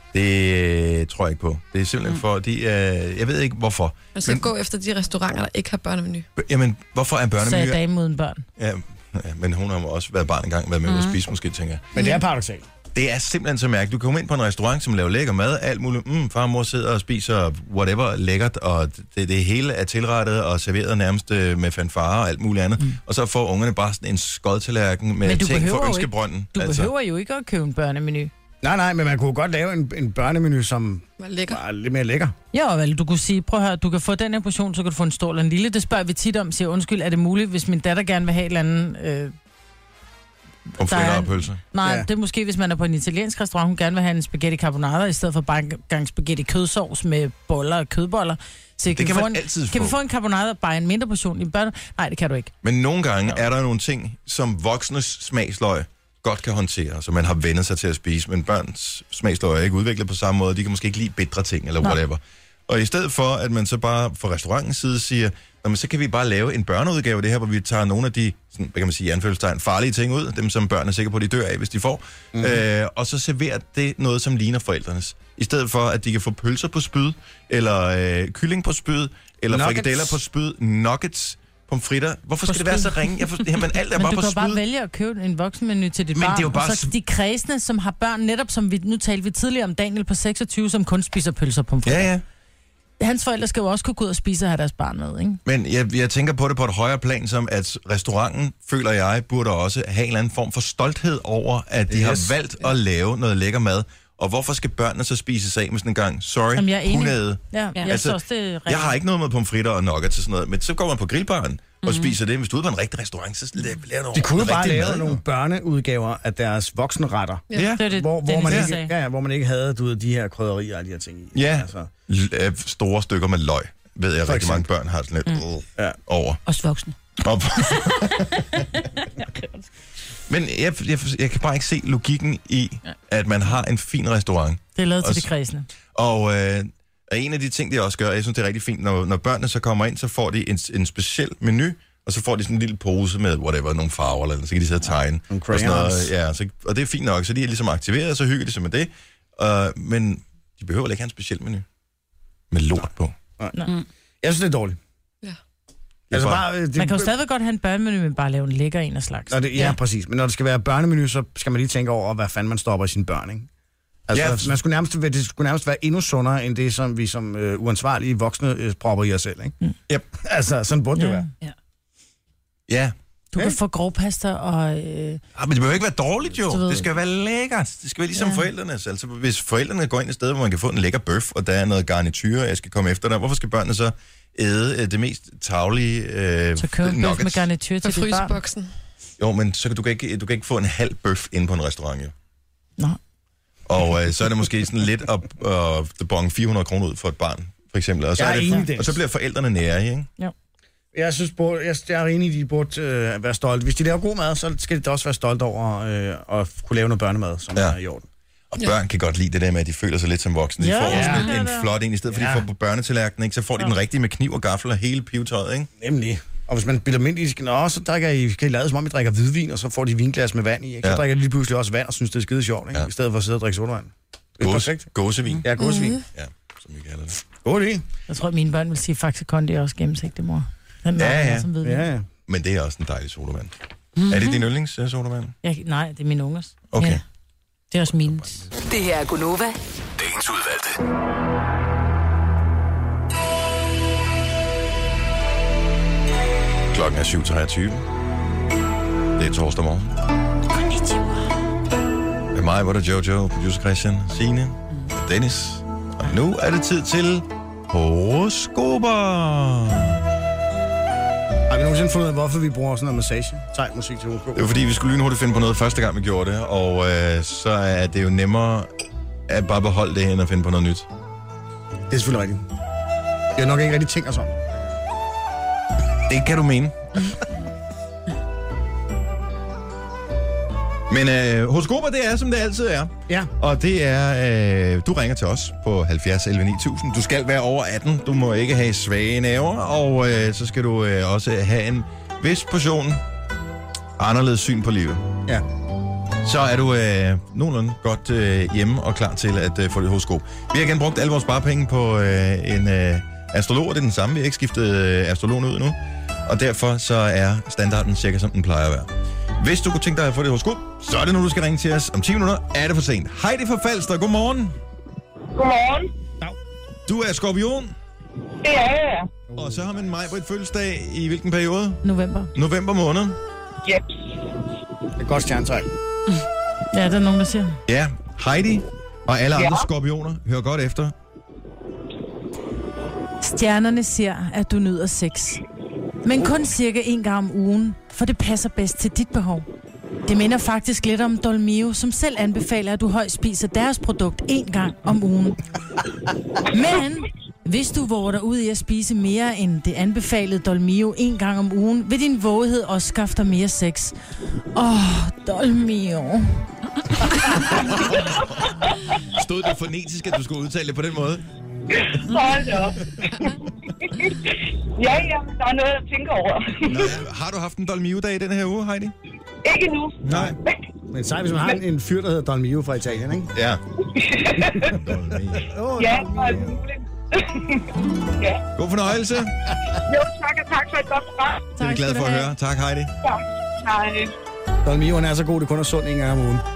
det tror jeg ikke på. Det er simpelthen for, de, øh, jeg ved ikke hvorfor. Man skal Men, gå efter de restauranter, der ikke har børnemenu. jamen, hvorfor er Så er børnemenuer? dame uden børn. Ja, ja, men hun har også været barn engang, været med mm. at spise måske, tænker jeg. Men det er paradoksalt. Det er simpelthen så mærkeligt. Du kan komme ind på en restaurant, som laver lækker mad, alt muligt. Mm, far og mor sidder og spiser whatever lækkert, og det, det hele er tilrettet og serveret nærmest med fanfare og alt muligt andet. Mm. Og så får ungerne bare sådan en skodtallerken med ting for ønskebrønden. Du altså. behøver jo ikke at købe en børnemenu. Nej, nej, men man kunne godt lave en, en børnemenu, som Var lækker. var lidt mere lækker. Ja, vel, du kunne sige, prøv at høre, du kan få den her portion, så kan du få en stor eller en lille. Det spørger vi tit om, siger undskyld, er det muligt, hvis min datter gerne vil have et eller andet... Øh, Og fritter og pølser. Nej, Ja. det er måske, hvis man er på en italiensk restaurant, hun gerne vil have en spaghetti carbonara, i stedet for bare en gang spaghetti kødsovs med boller og kødboller. Så Det kan, kan vi få man en, altid Kan få. vi få en carbonara, bare en mindre portion i børn? Nej, det kan du ikke. Men nogle gange er der nogle ting, som voksnes smagsløg godt kan håndtere, så man har vendt sig til at spise, men børns smagsløg er ikke udviklet på samme måde. De kan måske ikke lide bitre ting, eller Nå. whatever. Og i stedet for, at man så bare fra restaurantens side siger, men så kan vi bare lave en børneudgave af det her, hvor vi tager nogle af de, sådan, hvad kan man sige, anførselstegn, farlige ting ud, dem som børn er sikre på, de dør af, hvis de får, mm. øh, og så serverer det noget, som ligner forældrenes. I stedet for, at de kan få pølser på spyd, eller øh, kylling på spyd, eller Nuggets. frikadeller på spyd, nuggets, pomfritter. Hvorfor skal det være så ringe? Jeg forstår, jamen, alt er Men bare du på kan spyd. bare vælge at købe en voksenmenu til dit Men barn, det er jo bare og så sv- de kredsende, som har børn, netop som vi, nu talte vi tidligere om Daniel på seksogtyve, som kun spiser pølser på Ja, ja. Hans forældre skal jo også kunne gå ud og spise og have deres barn med, ikke? Men jeg, jeg tænker på det på et højere plan, som at restauranten, føler jeg, burde også have en eller anden form for stolthed over, at de yes. har valgt at lave noget lækker mad. Og hvorfor skal børnene så spises af med sådan en gang? Sorry, Jamen, jeg er enig. hundeæde. Ja, ja. Jeg, Altså, også, det er Jeg har ikke noget med pomfritter og nuggets og sådan noget, men så går man på grillbaren og Mhm. spiser det. Hvis du er ude på en rigtig restaurant, så laver lav noget De kunne jo bare rigtig lave mad, nogle jo. børneudgaver af deres voksenretter. Ja, Det er det, Hvor, det, hvor, det, man det, ikke, sagde. ja, ja, hvor man ikke havde du ved, de her krydderier og alle de her ting i. ja. Altså, L- øh, store stykker med løg, ved jeg, For rigtig mange eksempel. børn har sådan lidt mm. Ja. over. Også voksne. Op. Men jeg, jeg, jeg kan bare ikke se logikken i, at man har en fin restaurant. Det er lavet til Også- de kredsende. Og øh, og en af de ting, de også gør, jeg synes, det er rigtig fint, når, når børnene så kommer ind, så får de en, en speciel menu, og så får de sådan en lille pose med whatever, nogle farver, eller noget, så kan de sidde og tegne. Nogle og, sådan noget, crayons. ja, så, og det er fint nok, så de er ligesom aktiveret, så hygger de sig med det. Uh, men de behøver ikke have en speciel menu med lort på. Jeg synes, det er dårligt. Ja. Altså, bare- bare, øh, det, Man kan jo stadigvæk godt have en børnemenu, men bare lave en lækker en af slags. Når det, ja, ja, præcis. Men når det skal være børnemenu, så skal man lige tænke over, hvad fanden man stopper i sine børn, ikke? Altså, Ja. ja. man skulle nærmest, det skulle nærmest være endnu sundere, end det, som vi som øh, uansvarlige voksne øh, propper i os selv, ikke? Mm. Yep. Altså, sådan burde det Ja. være. Ja. Ja. Du kan Ja. få grovpasta og... Øh, Ah, men det behøver ikke være dårligt, Du jo. ved- Det skal være lækkert. Det skal være ligesom ja. Ja. forældrenes. Altså, hvis forældrene går ind et sted, hvor man kan få en lækker bøf, og der er noget garnityr, og jeg skal komme efter dig, hvorfor skal børnene så æde øh, det mest taglige øh, så køb en bøf med garnityr Fra til dit barn. fryseboksen. Jo, men så kan du kan ikke, du kan ikke få en halv bøf inde på en restaurant, jo. Nå. Og øh, så er det måske sådan lidt at øh, bonge fire hundrede kroner ud for et barn, for eksempel. Og så, jeg er er det, enig, og så bliver forældrene nære, ikke? Jo. Jeg synes, jeg, jeg er enig, de burde øh, være stolte. Hvis de laver god mad, så skal de da også være stolte over øh, at kunne lave noget børnemad, som ja. er i orden. Og børn kan godt lide det der med, at de føler sig lidt som voksne. De Ja, får ja. sådan Ja, en, en ja. flot en, i stedet for ja. de får på børnetallerkenen, ikke? Så får de Ja. den rigtige med kniv og gaffel og hele pivetøjet, ikke? Nemlig. Og hvis man bilder dem ind i, nå, så drikker I, kan I lade som om, I drikker hvidvin, og så får de vinglas med vand i. Ikke? Så Ja. drikker de lige pludselig også vand og synes, det er skide sjovt, ikke? Ja. I stedet for at sidde og drikke sodavand. Det er Gås, perfekt. gåsevin. Ja, gåsevin. Mhm. Ja, som vi kalder det. God idé. Jeg tror, at mine børn vil sige, at Faxe Kondi er også gennemsigtig, mor. Den Ja, ja. Er, som ved det. Ja, ja. Men det er også en dejlig sodavand. Mm-hmm. Er det din yndlingssodavand? Jeg, nej, det er min ungers. Okay. Ja. Det er også min. Det her er Gunova. Dagens udvalgte. Klokken er syv treogtyve. Det er torsdag morgen. Det er mig, hvor der Jojo, producer Christian, Signe og Dennis. Og nu er det tid til horoskoper. Har vi nogensinde fundet ud af, hvorfor vi bruger sådan noget massage? Thai musik til horoskop. Det var fordi, vi skulle lynhurtigt finde på noget første gang, vi gjorde det. Og øh, så er det jo nemmere at bare beholde det, end at finde på noget nyt. Det er selvfølgelig rigtigt. Jeg har nok ikke rigtig tænkt os om. Det kan du mene. Men øh, horoskoper, det er, som det altid er. Ja. Og det er, øh, du ringer til os på halvfjerds elleve ni tusind. Du skal være over atten. Du må ikke have svage næver. Og øh, så skal du øh, også have en vis portion anderledes syn på livet. Ja. Så er du øh, nogenlunde godt øh, hjemme og klar til at øh, få dit horoskop. Vi har igen brugt alle vores sparepenge på øh, en øh, astrolog. Det er den samme. Vi har ikke skiftet øh, astrologen ud endnu. Og derfor så er standarden cirka som den plejer at være. Hvis du kunne tænke dig at få det horoskop, så er det nu, du skal ringe til os. Om ti minutter er det for sent. Hej, det er fra Falster. Godmorgen. Godmorgen. Du er skorpion, Det er jeg. og så har man mig på et fødselsdag i hvilken periode? November. November måned. Yep. Det er godt stjernetræk. Ja, der er nogen, der siger. Ja, Heidi og alle andre Ja. skorpioner, hør godt efter. Stjernerne siger, at du nyder sex. Men kun cirka en gang om ugen, for det passer bedst til dit behov. Det minder faktisk lidt om Dolmio, som selv anbefaler, at du højst spiser deres produkt en gang om ugen. Men hvis du våger dig ud i at spise mere end det anbefalede Dolmio en gang om ugen, vil din vågethed også skaffe dig mere sex. Åh, oh, Dolmio. Stod det fonetisk, at du skulle udtale det på den måde? Hold da op. Ja, ja, der er noget at tænke over. Nå, ja. Har du haft en Dolmio-dag i den her uge, Heidi? Ikke nu. Nej. Men sej, hvis man har en, en fyr, der hedder Don Mio fra Italien, ikke? Ja. Oh, Ja, og alt muligt. Ja. God fornøjelse. Det Jo, tak og tak for et godt program. er vi glade for at høre. Tak, Heidi. Ja. Hej. Don Mio, han er så god, det kun er sund en gang om ugen.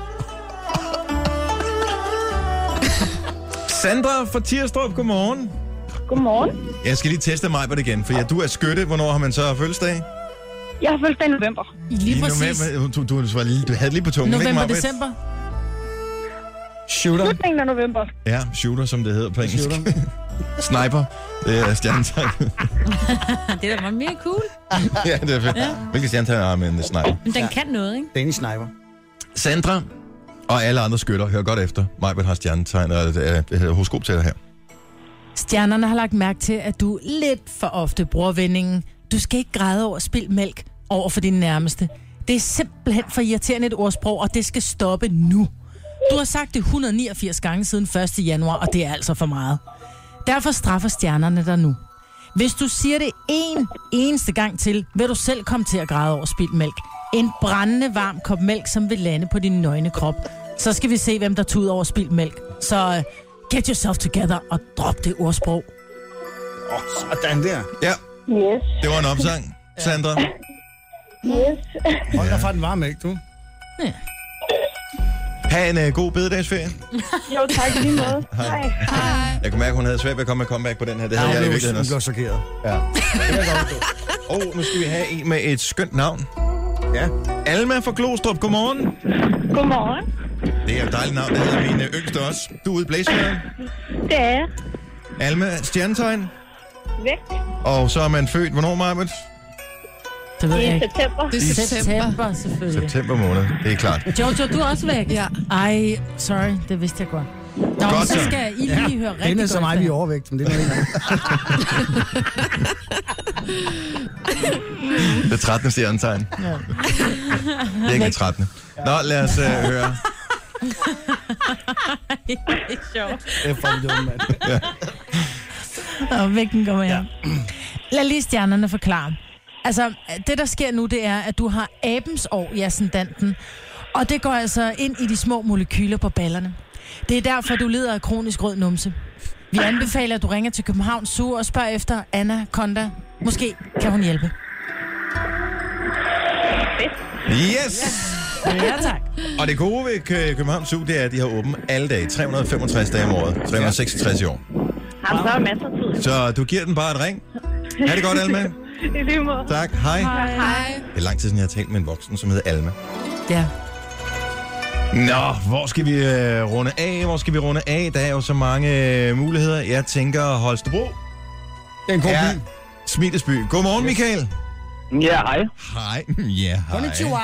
Sandra fra Tirstrup, godmorgen. Godmorgen. Jeg skal lige teste mig på det igen, for ja, du er skytte. Hvornår har man så fødselsdag? Jeg har fødselsdag i november. Lige I præcis. november. Du, du, du, var lige, du havde lige på tungen, ikke, November, Maj-Brit? december. Shooter. Slutningen af november. Ja, shooter, som det hedder på engelsk. Shooter. Sniper. Det er stjernetegn. Det er da meget mere cool. Ja, det er fedt. Ja. Hvilke stjernetegn har man en sniper? Men den kan noget, ikke? Danish Sniper. Sandra og alle andre skytter, hør godt efter. Maj-Brit har stjernetegn, eller det hedder horoskop til dig her. Stjernerne har lagt mærke til, at du lidt for ofte bruger vendingen. Du skal ikke græde over spild mælk over for din nærmeste. Det er simpelthen for irriterende et ordsprog, og det skal stoppe nu. Du har sagt det et hundrede niogfirs gange siden første januar, og det er altså for meget. Derfor straffer stjernerne dig nu. Hvis du siger det en eneste gang til, vil du selv komme til at græde over spildt mælk. En brændende varm kop mælk, som vil lande på din nøgne krop. Så skal vi se, hvem der tuder over spildt mælk. Så uh, get yourself together og drop det ordsprog. Åh, oh, sådan der. Ja, Yes. det var en opsang, Sandra. Yes. Hold dig fra den varme mælk, du. Ja. Ha' en uh, god bededagsferie. Jo, tak lige måde. Hej. Jeg kunne mærke, at hun havde svært ved at komme med comeback på den her. Det havde jeg i virkeligheden Hun blev også. chokeret. Ja. Og nu skal vi have en med et skønt navn. Ja. Alma fra Glostrup, godmorgen. Godmorgen. Det er jo et dejligt navn, det hedder min øh, yngste også. Du er ude i blæsvejret. Det er jeg. Alma, stjernetegn. Vægt. Og så er man født, hvornår, Maj-Brit? Det ved I jeg ikke. september. Det er september. September, selvfølgelig. September måned, det er klart. Jojo, du er også væk? Ja. Ej, sorry, det vidste jeg godt. Nå, Godt så så. skal I lige høre rigtig godt. Det er så meget, vi er efter. overvægt, men det er noget andet. Det er trettende stjernetegn. Ja. Det er ikke det trettende. Nå, lad os uh, høre. Det er sjovt. Det er fucking dumt, mand. Og vægten kommer her. Lad lige stjernerne forklare. Altså, det der sker nu, det er, at du har abens år i ascendanten. Og det går altså ind i de små molekyler på ballerne. Det er derfor, du lider af kronisk rød numse. Vi anbefaler, at du ringer til Københavns Zoo og spørger efter Anna Konda. Måske kan hun hjælpe. Yes! Ja, tak. Og det gode ved Kø- Københavns Zoo, det er, at de har åbent alle dage. tre hundrede og femogtres dage om året. tre hundrede og seksogtres i år. Jamen, så er masser af tid. Så du giver den bare et ring. Ha' det godt, Alma. I lige måde. Tak. Hej. Hej. Det er lang tid siden, jeg har talt med en voksen, som hedder Alma. Ja. Nå, hvor skal vi øh, runde af? Hvor skal vi runde af? Der er jo så mange øh, muligheder. Jeg tænker Holstebro. Det er en god Ja, by. Smilesby. Godmorgen, Michael. Ja, hej. Hej. Ja, hej. Konnichiwa.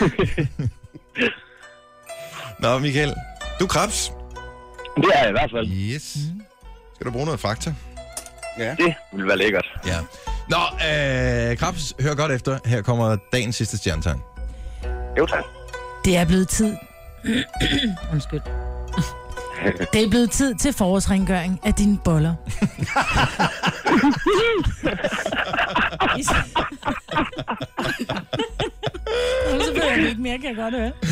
Nå, Michael. Du er krebs. Det er jeg i hvert fald. Yes. Skal du bruge noget fakta? Det vil være lækkert. Ja. Nå, øh, krebs, hør godt efter. Her kommer dagens sidste stjernetegn. Jo, tak. Det er blevet tid. Undskyld. Det er blevet tid til forårsrengøring af dine boller. Nu så behøver jeg ikke mere, kan jeg godt høre.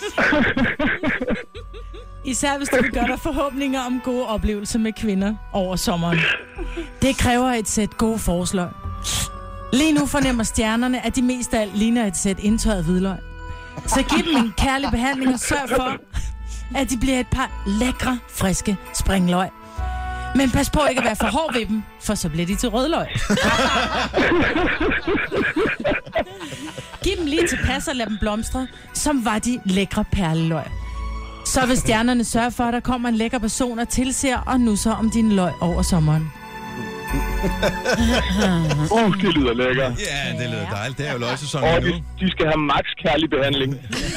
Især hvis du vil gøre dig forhåbninger om gode oplevelser med kvinder over sommeren. Det kræver et sæt gode forslag. Lige nu fornemmer stjernerne, at de mest af alt ligner et sæt indtørret hvidløg. Så giv dem en kærlig behandling og sørg for, at de bliver et par lækre, friske springløg. Men pas på ikke at være for hård ved dem, for så bliver de til rødløg. Giv dem lige tilpas og lad dem blomstre, som var de lækre perleløg. Så vil stjernerne sørge for, at der kommer en lækker person og tilser og nusser om din løg over sommeren. Åh, oh, det lyder lækkert. Ja, det lyder dejligt. Det er jo løgsæson Og nu. de, de skal have max kærlig behandling.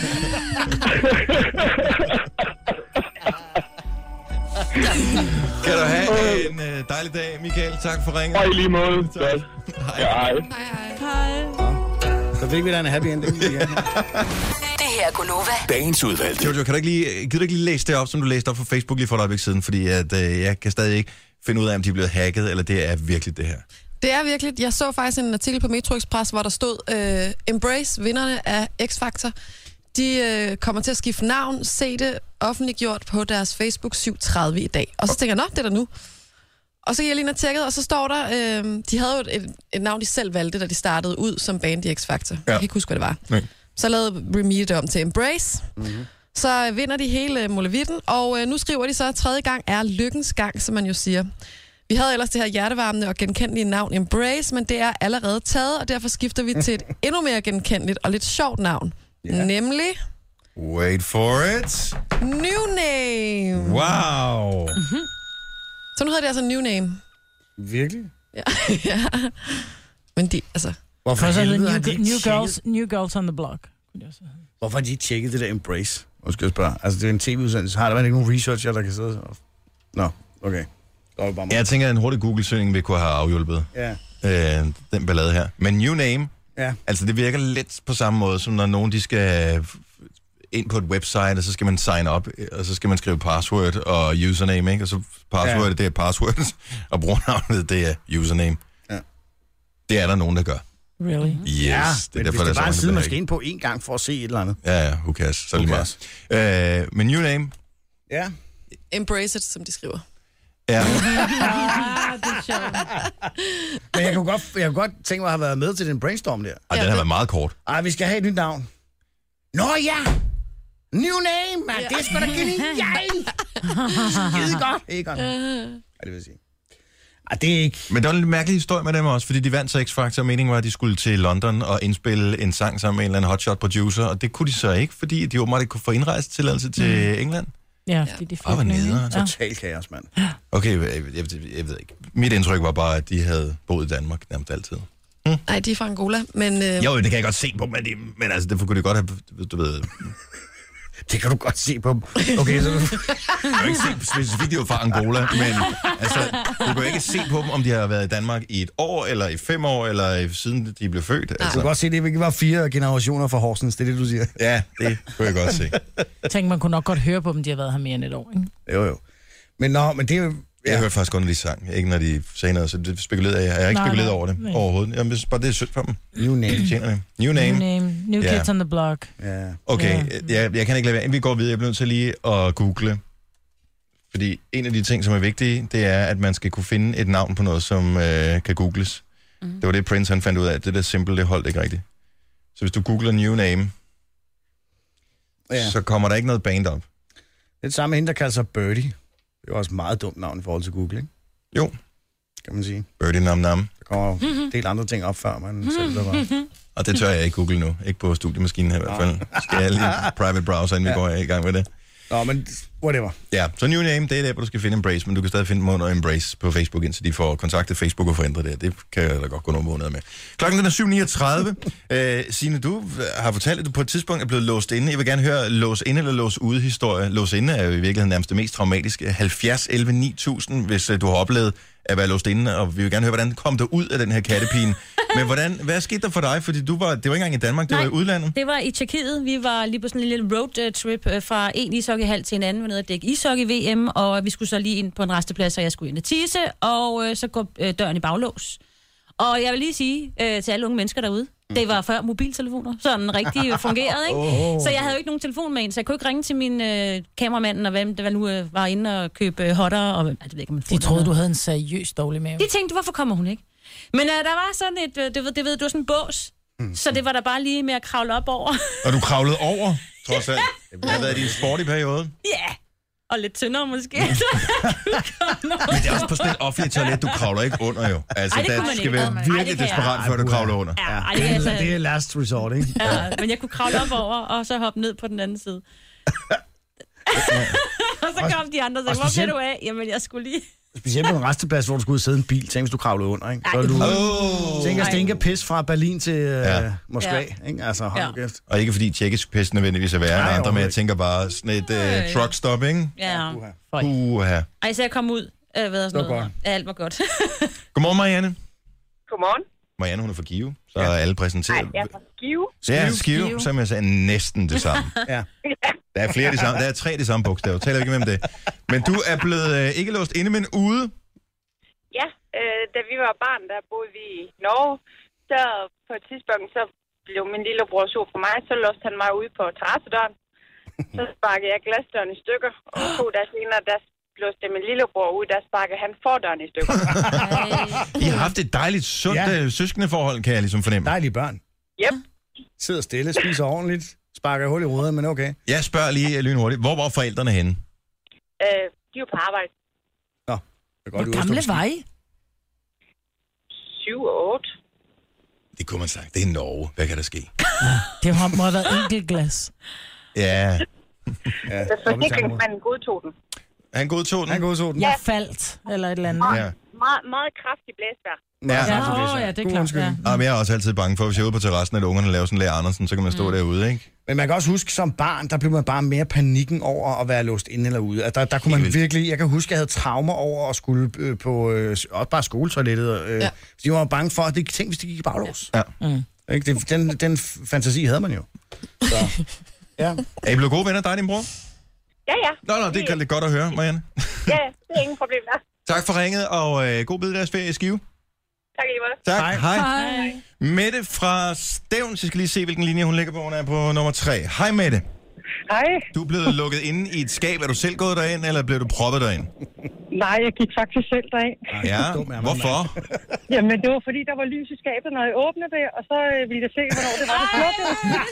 Kan du have en øh, dejlig dag, Michael. Tak for ringen. Og i lige måde. Godt. Hej. Ja, hej. Hej, hej. Så fik vi da en happy ending. Ja. Det her er Gunova. Dagens udvalgte. Jojo, kan du ikke lige, gider du ikke lige læse det op, som du læste op på Facebook lige for et øjeblik siden? Fordi at, øh, jeg kan stadig ikke finde ud af, om de er blevet hacket, eller det er virkelig det her. Det er virkelig. Jeg så faktisk en artikel på Metro Express, hvor der stod, uh, Embrace, vinderne af X-Factor, de uh, kommer til at skifte navn, se det offentliggjort på deres Facebook syv tredive i dag. Og så tænker jeg, nå, det er der nu. Og så gik jeg lige ind og tjekkede, og så står der, øh, de havde jo et, et navn, de selv valgte, da de startede ud som band i X-Factor. Ja. Jeg kan ikke huske, hvad det var. Nej. Så lavede Remy det om til Embrace. Mm-hmm. Så øh, vinder de hele Molevitten, og øh, nu skriver de så, at tredje gang er lykkens gang, som man jo siger. Vi havde ellers det her hjertevarmende og genkendelige navn Embrace, men det er allerede taget, og derfor skifter vi til et endnu mere genkendeligt og lidt sjovt navn. Yeah. Nemlig... Wait for it. New Name. Wow. Mm-hmm. Så nu hedder det altså New Name. Virkelig? Ja. ja. Men de, altså... Hvorfor, For så hedder helvede har new, de ikke new, tjekket- girls, new Girls on the Block. Hvorfor har de ikke tjekket det der Embrace? Nu skal jeg spørge. Altså, det er en tv-udsendelse. Har der været ikke nogen researcher, der kan sidde og... Nå, okay. Så er det bare mig. Jeg tænker, at en hurtig Google-søgning vil kunne have afhjulpet Ja. øh, den ballade her. Men New Name, Ja. altså det virker lidt på samme måde, som når nogen de skal ind på et website, og så skal man sign up, og så skal man skrive password og username, ikke? Og så password, ja. det er password, og brugernavnet, det er username. Ja. Det er der nogen, der gør. Really? Yes, Ja, det er men derfor, hvis det der bare er en så side, mange, man der skal ikke- ind på én gang for at se et eller andet. Ja, ja, who cares, så er det Who lige meget. Øh, men New Name, Ja. Embrace it, som de skriver. ja, Ah, det er sjovt. Men jeg kunne godt, jeg kunne godt tænke mig at have været med til den brainstorm der. og den har været meget kort. Ej, vi skal have et nyt navn. Nå ja! New name, man. Ja. Det er sgu da genialt. Skide godt. Egon. Ja, det vil jeg sige. Ej, det er ikke... Men der var en lidt mærkelig historie med dem også, fordi de vandt så X-Factor, og meningen var, at de skulle til London og indspille en sang sammen med en eller anden hotshot producer, og det kunne de så ikke, fordi de åbenbart ikke kunne få indrejsetilladelse til England. Ja, fordi de Åh, hvor nederen. Ja. Total kaos, mand. Okay, jeg, jeg, jeg ved ikke. Mit indtryk var bare, at de havde boet i Danmark nærmest altid. Nej, hmm? de er fra Angola, men... Øh... Jo, det kan jeg godt se på, men, det, men altså, det kunne de godt have, du ved... Det kan du godt se på dem. Okay, så... Jeg kan ikke se specifikt, de er fra Angola, men altså, du kan ikke se på dem, om de har været i Danmark i et år, eller i fem år, eller siden de blev født. Altså. Du kan godt se, at det ikke var fire generationer fra Horsens, det er det, du siger. Ja, det kunne jeg godt se. Jeg tænker, man kunne nok godt høre på dem, de har været her mere end et år, ikke? Jo, jo. Men, nå, men det er jo... Ja. Jeg hørte faktisk kun, når de sang, ikke når de sagde noget, så det spekulerede jeg. Jeg har ikke nej, spekuleret nej, over det nej. overhovedet. Jeg synes bare, det er sødt for dem. New name. De tjener det. New name. New name. New yeah. Kids on the block. Ja. Okay, yeah. jeg, jeg kan ikke lade være. Inden vi går videre, jeg bliver nødt til lige at google. Fordi en af de ting, som er vigtige, det er, at man skal kunne finde et navn på noget, som øh, kan googles. Mm. Det var det, Prince han fandt ud af. Det der simple, det holdt ikke rigtigt. Så hvis du googler new name, ja. så kommer der ikke noget band op. Det er det samme hende, der kalder sig Birdie. Det er også et meget dumt navn i forhold til Google, ikke? Jo. Kan man sige. Birdie nam nam. Der kommer en del andre ting op før, man selv der var. Og det tør jeg ikke google nu. Ikke på studiemaskinen her i hvert fald. Skal jeg lige private browser, inden ja. vi går i gang med det. Nå, men whatever. Ja, så new name, det er der, hvor du skal finde Embrace, men du kan stadig finde dem under Embrace på Facebook, indtil de får kontaktet Facebook og forændret det. Det kan der godt gå nogle måneder med. Klokken den er syv niogtredive. øh, Signe, du har fortalt, at du på et tidspunkt er blevet låst inde. Jeg vil gerne høre lås inde eller lås ude historie. Lås inde er jo i virkeligheden nærmest det mest traumatiske. halvfjerds elleve ni tusind, hvis du har oplevet at være låst inde, og vi vil gerne høre, hvordan kom du ud af den her kattepine. Men hvordan, hvad skete der for dig? Fordi du var, det var ikke engang i Danmark, det Nej, var i udlandet. Det var i Tjekkiet. Vi var lige på sådan en lille roadtrip fra en ishockeyhal til en anden, nede at dække ishockey-V M, og vi skulle så lige ind på en resteplads, og jeg skulle ind og tisse, og øh, så går øh, døren i baglås. Og jeg vil lige sige øh, til alle unge mennesker derude, det var før mobiltelefoner, sådan rigtig fungerede, ikke? Oh. Så jeg havde jo ikke nogen telefon med en, så jeg kunne ikke ringe til min øh, kameramand, og hvem der nu øh, var inde og købe øh, hotter, og altså, det ved ikke, man de troede, du havde en seriøs dårlig mave. De tænkte, hvorfor kommer hun ikke? Men øh, der var sådan et, øh, det, ved, det ved du, sådan en bås, mm. så det var der bare lige med at kravle op over. Og du kravlede over, trods alt? Det har været din sport i periode? Ja, yeah. Og lidt tyndere måske. Men det er også på sådan et offentligt toilet, du kravler ikke under jo. Altså, ej, der skal være virkelig ej, desperat, før du kravler under. Ja, ej, det, er, altså, det er last resort, ikke? Ja, men jeg kunne kravle op over, og så hoppe ned på den anden side. Og så kom de andre og sagde, hvor bliver du af? Jamen, jeg skulle lige... Specielt på en resteplads, hvor du skulle ud og sidde i en bil. Tænk, hvis du kravlede under, ikke? Så du... Oh. Tænk at stinke pis fra Berlin til ja. uh, Moskva, ja. ikke? Altså, hold ja. gæst. Og ikke fordi tjekkisk pis nødvendigvis er værre end andre, men jeg tænker bare sådan et uh, truck stop, ikke? Ja. Uha. Ej, så jeg kom ud. Øh, ved sådan noget. Ja, alt var godt. Godmorgen, Marianne. Godmorgen. Marianne, hun er fra Give, så ja. er alle præsenteret. Nej, jeg er fra Skive. Ja, Skive, Skive. Som jeg sagde, næsten det samme. ja. Der er flere de samme, der er tre de samme bogstaver. Taler ikke med om det. Men du er blevet øh, ikke låst inde, men ude? Ja, øh, da vi var barn, der boede vi i Norge. Så på et tidspunkt, så blev min lillebror sur for mig, så låste han mig ude på terrassedøren. Så sparkede jeg glasdøren i stykker, og to dage senere, der låste min lillebror ud, der sparkede han fordøren i stykker. I har haft et dejligt, sundt ja. søskendeforhold, kan jeg ligesom fornemme. Dejlige børn. Yep. Sidder stille, spiser ordentligt, sparker hul i ruden, men okay. Jeg spørger lige lynhurtigt, hvor var forældrene henne? Øh, de var på arbejde. Nå, det er godt. Hvor gamle var I? syv og otte. Det kunne man sige. Det er Norge. Hvad kan der ske? Det må have været enkelt glas. Ja. ja så forsikringsmanden godtog den. Han godtog den? Han godtog den. Ja, faldt, eller et eller andet. Meget, ja. meget, meget kraftig blæsvær. Ja, ja, oh, ja, det er klart. Ja. Ja, men jeg er også altid bange for, hvis jeg er ude på terrassen, at ungerne laver sådan en Lea Andersen, så kan man stå mm. derude, ikke? Men man kan også huske, som barn, der blev man bare mere panikken over at være låst inde eller ude. Altså, der, der kunne man virkelig... Jeg kan huske, at jeg havde traumer over at skulle øh, på... Øh, også bare skoletoilettet. Øh, ja. De var bange for, at det tænkte, hvis de gik i baglås. Ja. Mm. Ikke? Det, den, den fantasi havde man jo. Så, ja. Er I blevet gode venner, dig og din bror? Ja, ja. Nå, nå, det er det godt at høre, Marianne. Ja, det er ingen problem der. Tak for ringet, og øh, god bededagsferie i Skive. Tak i måde. Tak, hej. hej. hej. Mette fra Stevns, jeg skal lige se, hvilken linje hun ligger på. Hun er på nummer tre. Hej, Mette. Hej. Du er blevet lukket inde i et skab. Er du selv gået derind, eller blev du proppet derind? Nej, jeg gik faktisk selv derind. Ja, hvorfor? Jamen, det var fordi, der var lys i skabet, når jeg åbnede det, og så øh, ville jeg se, hvornår det var, det slukkede.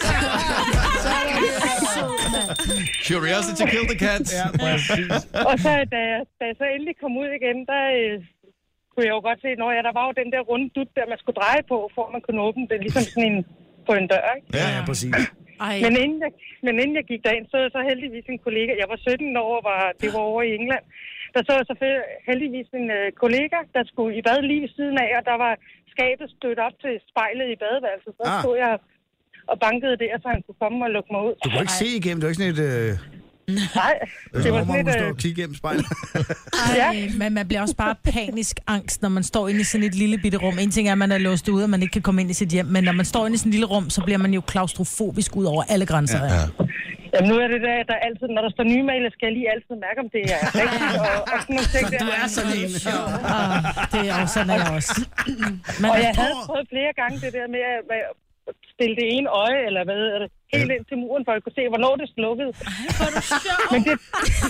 Curiosity killed the cat. Ja, og så, da jeg, da jeg så endelig kom ud igen, der øh, kunne jeg jo godt se, når ja, der var jo den der runde dut, der man skulle dreje på, for at man kunne åbne det, ligesom sådan en på en dør, ikke? Ja, ja, præcis. Men inden, jeg, men inden jeg gik derind, så så heldigvis en kollega, jeg var sytten år, var, det var over i England, der så jeg selvfølgelig heldigvis min øh, kollega, der skulle i bad lige ved siden af, og der var skabet stødt op til spejlet i badeværelset. Så ah. stod jeg og bankede der, så han kunne komme og lukke mig ud. Du kunne ikke se igennem, det var ikke sådan et... Øh... Nej, det var sådan lidt... Man kunne stå og kigge gennem spejlet. Ej, men man bliver også bare panisk angst, når man står inde i sådan et lille bitte rum. En ting er, at man er låst ude, og man ikke kan komme ind i sit hjem, men når man står inde i sådan et lille rum, så bliver man jo klaustrofobisk ud over alle grænser. Ja. Ja. Jamen nu er det der, der altid, når der står nye mail, skal jeg lige altid mærke, om det er rigtigt, og, og sådan nogle ting. Du er sådan en. Ah, det er også sådan, er jeg også. Men og jeg havde prøvet flere gange det der med at stille det ene øje, eller hvad er det, helt ind til muren, for at kunne se, hvornår det slukkede. Ej, hvor er du sjov. Men, det...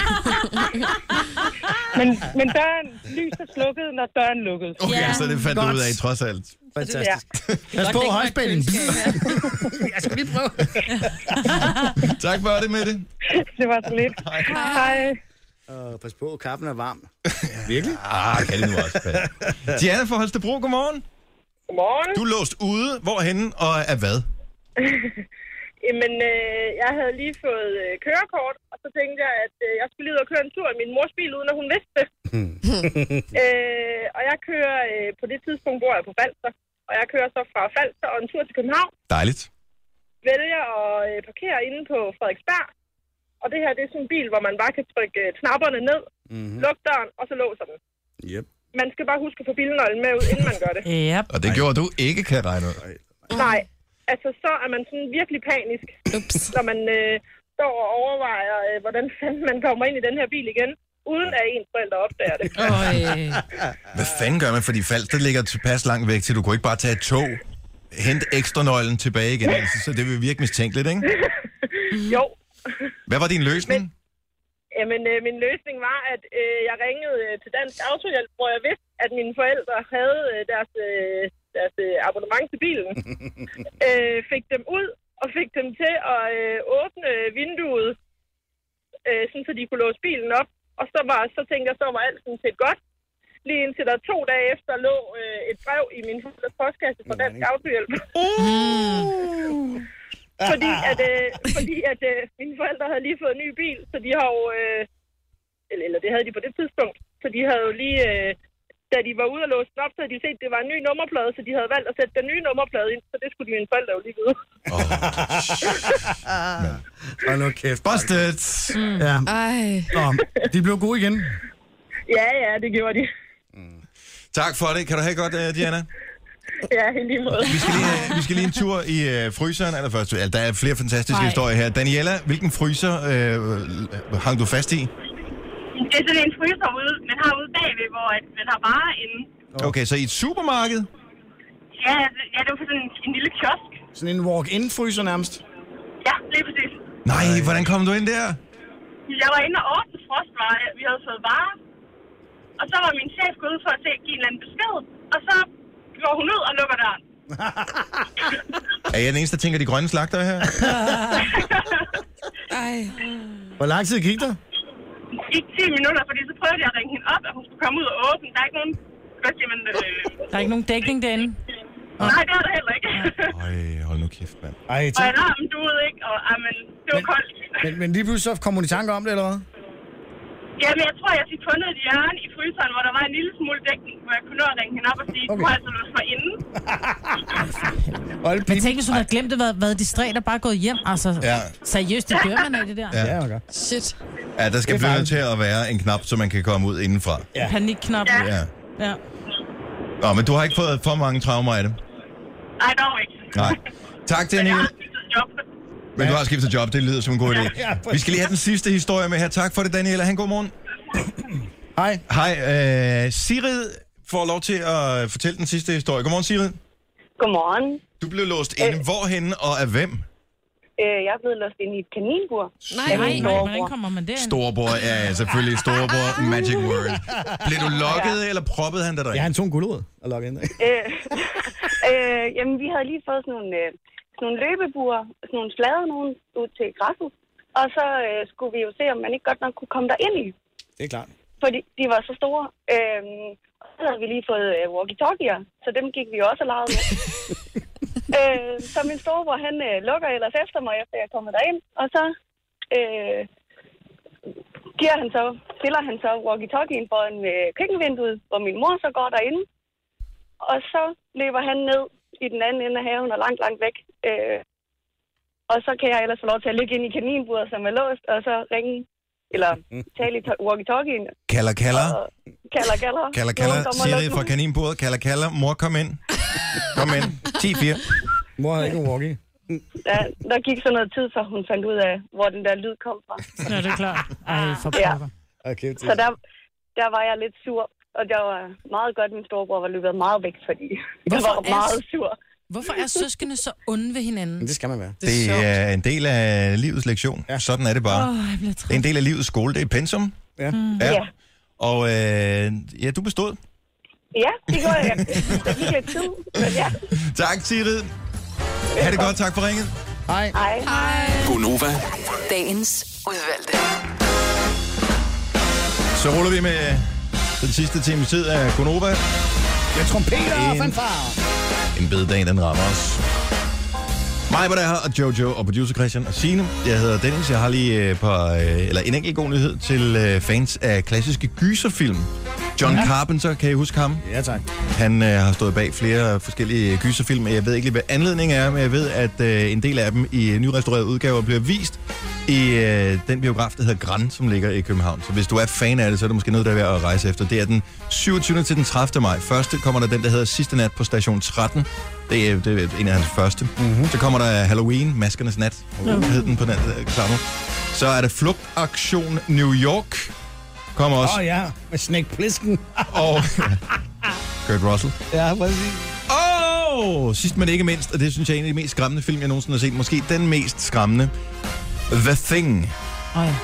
men, men døren, lyset slukkede, når døren lukkede. Okay, ja. Så det fandt du ud af, trods alt. Fantastisk. Lad os på højspænding. Jeg skal lige prøve. Tak for det, Mette. Det var så lidt. Hej. Hej. Uh, pas på, kappen er varm. Virkelig? Ah, kan det nu også. Diana fra Holstebro, godmorgen. Godmorgen. Du er låst ude. Hvorhenne og af hvad? Jamen, øh, jeg havde lige fået øh, kørekort, og så tænkte jeg, at øh, jeg skulle lige ud og køre en tur i min mors bil, uden at hun vidste det. øh, og jeg kører, øh, på det tidspunkt bor jeg på Falster, og jeg kører så fra Falster og en tur til København. Dejligt. Vælger at øh, parkere inde på Frederiksberg, og det her, det er sådan en bil, hvor man bare kan trykke øh, knapperne ned, mm-hmm. lukke døren, og så låser den. Yep. Man skal bare huske at få bilnøglen med ud, inden man gør det. Yep. Og det gjorde du ikke, kan regne ud. Nej. Altså, så er man sådan virkelig panisk, Ups. når man øh, står og overvejer, øh, hvordan fanden man kommer ind i den her bil igen, uden at ens forældre opdager det. Hvad fanden gør man? Fordi Falster ligger tilpas langt væk til, du kunne ikke bare tage et tog, hente ekstra nøglen tilbage igen, altså, så det vil virke mistænkeligt, ikke? Jo. Hvad var din løsning? Men, jamen, øh, min løsning var, at øh, jeg ringede øh, til Dansk Autohjælp, hvor jeg vidste, at mine forældre havde øh, deres... Øh, deres øh, abonnement til bilen, øh, fik dem ud og fik dem til at øh, åbne vinduet, øh, sådan så de kunne låse bilen op. Og så, var, så tænkte jeg, så var alt sådan set godt. Lige indtil der to dage efter lå øh, et brev i min forældres postkasse fra Dansk Autohjælp. Mm. fordi at, øh, fordi at øh, mine forældre havde lige fået en ny bil, så de har jo, øh, eller, eller det havde de på det tidspunkt, så de havde jo lige... Øh, da de var ude og låse den op, så havde de set, at det var en ny nummerplade, så de havde valgt at sætte den nye nummerplade ind, så det skulle mine forældre jo lige vide. Åh, Hold nu kæft. Busted! Mm. Ja. Ej. Nå, de blev gode igen. Ja, ja, det gjorde de. Mm. Tak for det. Kan du have godt, uh, Diana? Ja, i lige måde. Vi skal lige, vi skal lige en tur i uh, fryseren allerførst. Altså, der er flere fantastiske Ej. historier her. Daniela, hvilken fryser uh, hang du fast i? Det er sådan en fryser ude, man har ude bagved, hvor man har varer inde. Okay, så i et supermarked? Ja, ja, det var for sådan en, en lille kiosk. Sådan en walk-in-fryser nærmest? Ja, lige præcis. Nej, hvordan kom du ind der? Jeg var inde og åbne frostvarer. Vi havde fået varer. Og så var min chef gået ud for at se, give en eller anden besked. Og så går hun ud og lukker døren. Er jeg den eneste, der tænker de grønne slagter her? Ej. Hvor lang tid gik der? Ikke ti minutter, fordi så prøvede jeg at ringe hende op, at hun skulle komme ud og åbne. Der er ikke nogen... Hvad siger man? Øh... Der er ikke nogen dækning derinde? Nej, det er der heller ikke. Øj, hold nu kæft, mand. Ej, og alarmen duede ikke, og amen, det var men, koldt. Men, men lige pludselig så kom hun i tanke om det, eller hvad? Jamen, jeg tror, jeg fik fundet et hjørne i fryseren, hvor der var en lille smule dækning, hvor jeg kunne nå at ringe hende op og sige, okay. Du har altså låst mig inden. Men tænk, hvis hun havde glemt det, været, været distræt og bare gået hjem. Altså, ja. Seriøst, det gør man af det der. Ja, ja okay. Shit. Ja, der skal blive til at være en knap, så man kan komme ud indenfra. Ja. Panikknap. Ja. ja. ja. Nå, men du har ikke fået for mange traumer af det? Nej, dog ikke. Nej. Tak, Daniel. Men du har skiftet job, det lyder som en god idé. Ja, ja, vi skal lige have den sidste historie med her. Tak for det, Daniela. Han god morgen. Hej. Hej. Øh, Sigrid får lov til at fortælle den sidste historie. Godmorgen, Sigrid. Godmorgen. Du blev låst inde. Øh. Hvorhenne og af hvem? Øh, jeg er blevet låst inde i et kaninbur. Nej, nej, nej. Hvordan kommer man derind? Storebror, ja, selvfølgelig. Storebror, magic word. Blev du lukket, ja. Eller proppede han dig derind? Ja, han tog en gulerod og lukkede ind. øh, øh, jamen, vi havde lige fået sådan nogle... Øh, sådan nogle løbebuer, sådan nogle flade nogen ud til græsset. Og så øh, skulle vi jo se, om man ikke godt nok kunne komme der ind i. Det er klart. Fordi de var så store. Øhm, og så havde vi lige fået øh, walkie-talkier, så dem gik vi også og legede med. øh, så min storebror, han øh, lukker ellers efter mig, efter jeg er kommet derind. Og så øh, giver han så, stiller han så walkie-talkien foran ved køkkenvinduet, hvor min mor så går derinde. Og så løber han ned i den anden ende af haven og langt, langt væk. Øh, og så kan jeg ellers få lov til at ligge ind i kaninburet, som er låst, og så ringe, eller tale i walkie-talkien. Kalder, kalder. Og, kalder, kalder. Kalder, kalder. Siri fra kaninburet. Kalder, kalder. Mor, kom ind. Kom ind. ti fire. Mor havde ikke en walkie. Ja, der gik så noget tid, før hun fandt ud af, hvor den der lyd kom fra. Ja, det er klart. Ej, for ja. Okay, så der, der var jeg lidt sur, og det var meget godt, at min storebror var løbet meget væk, fordi jeg var er, meget sur. Hvorfor er søskende så onde ved hinanden? Men det skal man være. Det er, det er en del af livets lektion. Ja. Sådan er det bare. Oh, det er en del af livets skole. Det er pensum. Ja. Mm. ja. ja. Og øh, ja, du bestod. Ja, det går jeg. Det gik lidt tid, men ja. Tak, Sigrid. Ha' det godt. Tak for ringet. Hej. Hej. Hej. Gonova. Dagens udvalgte. Så ruller vi med den sidste time tid af Gonova. Med trompeter og fanfare. En bededag, den rammer os. Mig var der her, og Jojo, og producer Christian og Signe. Jeg hedder Dennis. Jeg har lige på, eller en enkelt god nyhed til fans af klassiske gyserfilm. John ja. Carpenter, kan I huske ham? Ja, tak. Han øh, har stået bag flere forskellige gyserfilm. Jeg ved ikke lige, hvad anledningen er, men jeg ved, at øh, en del af dem i nyrestaurerede udgaver bliver vist i øh, den biograf, der hedder Gran, som ligger i København. Så hvis du er fan af det, så er det måske noget, der er værd at rejse efter. Det er den syvogtyvende til den tredivte maj. Første kommer der den, der hedder Sidste Nat på Station tretten. Det er, det er en af hans første. Mm-hmm. Så kommer der Halloween, Maskernes Nat. Hvad okay. hedder den på den klar nu? Så er det Flugtaktion New York. Kommer også. Åh oh, ja, med Snake Plissken. Og Kurt Russell. Ja, præcis. Åh! Oh! Sidst men ikke mindst, og det synes jeg er en af de mest skræmmende film, jeg nogensinde har set. Måske den mest skræmmende. The Thing. Åh oh, ja.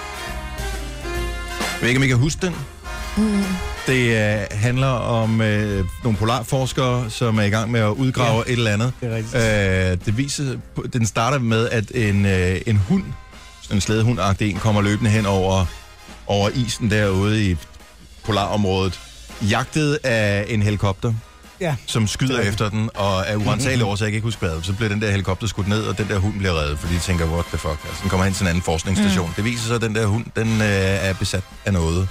Jeg ved ikke, om I kan huske den? Mm. Det uh, handler om uh, nogle polarforskere, som er i gang med at udgrave ja, et eller andet. Det er rigtigt. Uh, det viser, den starter med, at en, uh, en hund, en slædehund-agtig en, kommer løbende hen over, over isen derude i polarområdet, jagtet af en helikopter, ja, som skyder efter den, og af uansagelige årsager, jeg kan ikke huske hvad, så bliver den der helikopter skudt ned, og den der hund bliver reddet, fordi de tænker, what the fuck, altså den kommer hen til en anden forskningsstation. Mm. Det viser sig, at den der hund, den øh, er besat af noget.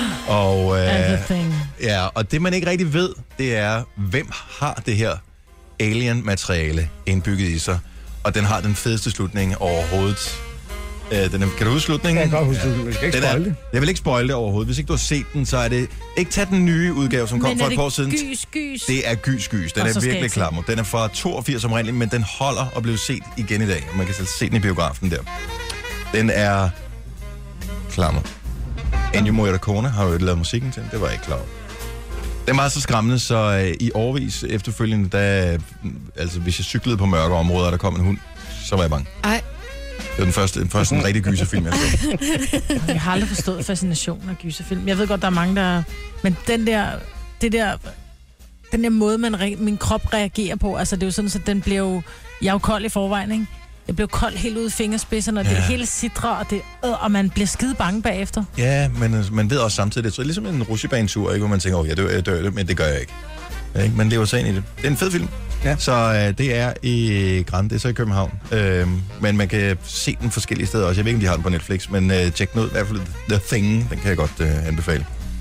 Og, øh, ja, og det man ikke rigtig ved, det er, hvem har det her alien-materiale indbygget i sig, og den har den fedeste slutning overhovedet. Øh, den er, kan du huske slutningen? Jeg kan godt huske det. Jeg skal ikke spoil det. Jeg vil ikke spoil det overhovedet. Hvis ikke du har set den, så er det... Ikke tag den nye udgave, som kom for et par år siden. Gys, gys. Det er gys, gys. Den er virkelig klammer. Den er fra toogfirs oprindeligt, men den holder og bliver set igen i dag. Man kan selv se den i biografen der. Den er klammer. Ennio Morricone har jo ikke lavet musikken til den. Det var jeg ikke klar over. Den var så skræmmende, så uh, i årevis efterfølgende, da, altså hvis jeg cyklede på mørke områder, og der kom en hund, så var jeg bange. Ej. Det var den første, den første en rigtig gyserfilm, jeg så. Jeg har aldrig forstået fascinationen af gyserfilm. Jeg ved godt, der er mange, der... Men den der... Det der... Den der måde, man re... min krop reagerer på, altså det er jo sådan, at den bliver jo... Jeg er jo kold i forvejen, ikke? Jeg blev kold helt ude i fingerspidserne, og ja, det hele sidder, og, det... og man bliver skide bange bagefter. Ja, men man ved også samtidig, det er ligesom en rutsjebanetur, ikke? Hvor man tænker, åh, jeg dør, jeg dør, men det gør jeg ikke. Ja, ikke? Man lever sig ind i det. Det er en fed film. Ja. Så øh, det er i Grand, det er så i København. Øh, men man kan se den forskellige steder også. Jeg ved ikke, om de har den på Netflix, men øh, tjek den ud. I hvert fald The Thing, den kan jeg godt øh, anbefale.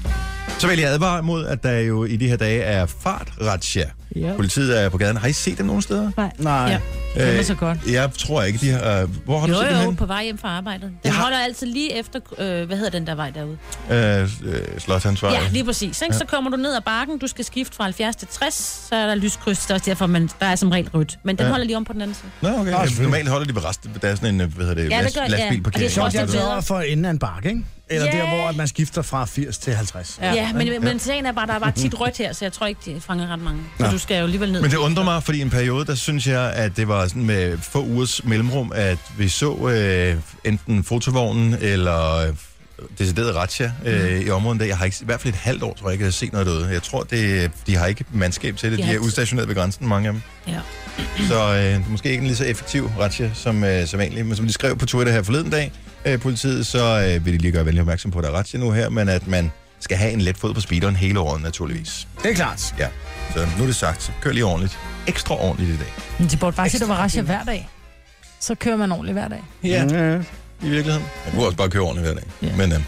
Så vil jeg advare mod, at der jo i de her dage er fartrazzia. Ja. Politiet er på gaden. Har I set dem nogle steder? Nej. Nej. Ja. Det er så godt. Jeg tror ikke, de har... Hvor har jo, du set jo, dem jo, hen? på vej hjem fra arbejdet. Den har... holder altid lige efter... Øh, hvad hedder den der vej derude? Øh, øh, Slotshansvej. Ja, lige præcis. Ikke? Ja. Så kommer du ned ad bakken, du skal skifte fra halvfjerds til tres, så er der lyskryds, der er også derfor, man, der er som regel rødt. Men den ja. holder lige om på den anden side. Nå, okay. Ja, normalt holder de ved resten. Der er sådan en, hvad hedder det, ja, last, det lastbil på kæden. Det er bedre for enden af en bakke, ikke? Eller yeah. der, hvor man skifter fra firs til halvtreds. Ja, ja men, men sagen er bare, der er bare tit rødt her, så jeg tror ikke, de fanger ret mange. Så ja. du skal jo alligevel ned. Men det undrer mig, fordi i en periode, der synes jeg, at det var sådan med få ugers mellemrum, at vi så øh, enten fotovognen eller øh, decideret razzia øh, mm. i området der. Jeg har ikke, i hvert fald et halvt år, tror jeg ikke, jeg har set noget derude. Jeg tror, det, de har ikke mandskab til det. De, de er udstationeret ved grænsen, mange af dem. Ja. Så øh, det er måske ikke en lige så effektiv razzia som, øh, som egentlig. Men som de skrev på Twitter her forleden dag, øh, politiet, så øh, vil de lige gøre venlig opmærksom på, at der er razzia nu her, men at man skal have en let fod på speederen hele året, naturligvis. Det er klart. Ja, så nu er det sagt. Kør lige ordentligt. Ekstra ordentligt i dag. Men de burde faktisk sige, at der var razzia hver dag. Så kører man ordentligt hver dag. Ja, ja. I virkeligheden. Man kunne også bare køre ordentligt hver dag. Ja. Men øh,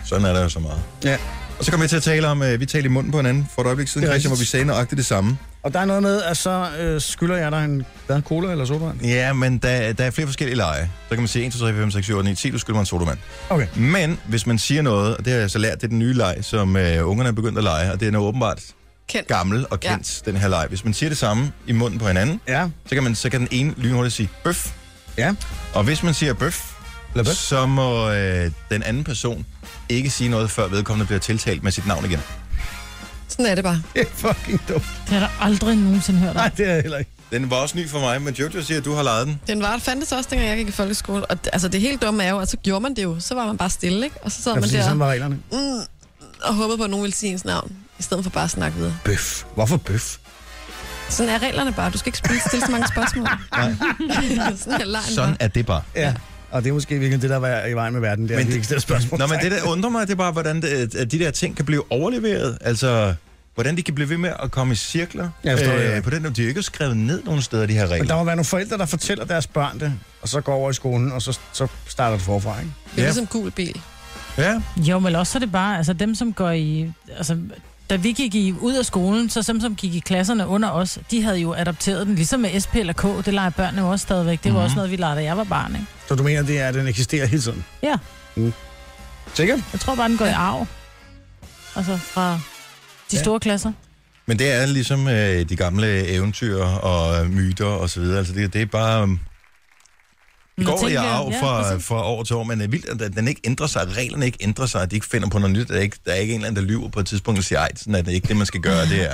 Sådan er der jo så meget. Ja. Og så kommer vi til at tale om, uh, vi talte i munden på hinanden for et øjeblik siden, Christian, hvor vi sagde nøjagtigt det samme. Og der er noget med, at så øh, skylder jeg dig en hvad, cola eller sodavand? Ja, men der, der er flere forskellige lege. Der kan man sige en, to, tre, fire, fem, seks, syv, otte, ni, ti, du skylder mig en sodavand. Okay. Men hvis man siger noget, og det har jeg så lært, det er den nye leg, som øh, ungerne er begyndt at lege, og det er noget åbenbart Kendt. gammel og kendt, ja. Den her leg. Hvis man siger det samme i munden på hinanden, ja. så, kan man, så kan den ene lynhurtigt sige bøf. Ja. Og hvis man siger bøf, bøf. så må øh, den anden person ikke sige noget, før vedkommende bliver tiltalt med sit navn igen. Sådan er det bare. Det er fucking dumt. Det har der aldrig nogensinde hørt om. Nej, det er jeg heller ikke. Den var også ny for mig, men Jojo siger, at du har lejet den. Den var fandtes også, dengang jeg gik i folkeskole. Og altså, det helt dumme er jo, at så gjorde man det jo. Så var man bare stille, ikke? Og så sad jeg man der sådan var reglerne. Mm, og håbede på, at nogen ville sige ens navn, i stedet for bare at snakke videre. Bøf. Hvorfor bøf? Sådan er reglerne bare. Du skal ikke spille, stille så mange spørgsmål. Nej. Sådan er lejen Sådan bare. er det bare. Ja. Og det er måske virkelig det, der var i vejen med verden. Det er, men det, ikke stille spørgsmål. Nå, men det der undrer mig, det er bare, hvordan det, at de der ting kan blive overleveret. Altså, hvordan de kan blive ved med at komme i cirkler. Ja, forstår øh, jeg. På den, de er jo ikke skrevet ned nogle steder, de her regler. Men der må være nogle forældre, der fortæller deres børn det, og så går over i skolen, og så, så starter det forfra, ikke? Det er ja. ligesom gul bil. Ja. Jo, men også er det bare, altså dem, som går i... Altså, da vi gik i, ud af skolen, så dem, som gik i klasserne under os, de havde jo adopteret den, ligesom med S P eller K. Det leger børnene jo også stadigvæk. Det var mm-hmm. også noget, vi legede, da jeg var barn, ikke? Så du mener, det er, at den eksisterer hele tiden? Ja. Mm. Sikkert? Jeg tror bare, den går i arv. Altså fra de ja. store klasser. Men det er ligesom øh, de gamle eventyr og myter og så videre. Altså det, det er bare... Um, det går i arv fra, fra år til år, men det er vildt, at den ikke ændrer sig, at reglerne ikke ændrer sig, at de ikke finder på noget nyt. Der er ikke, der er ikke en eller anden, der lyver på et tidspunkt og siger, ej, sådan er det ikke det, man skal gøre, det er.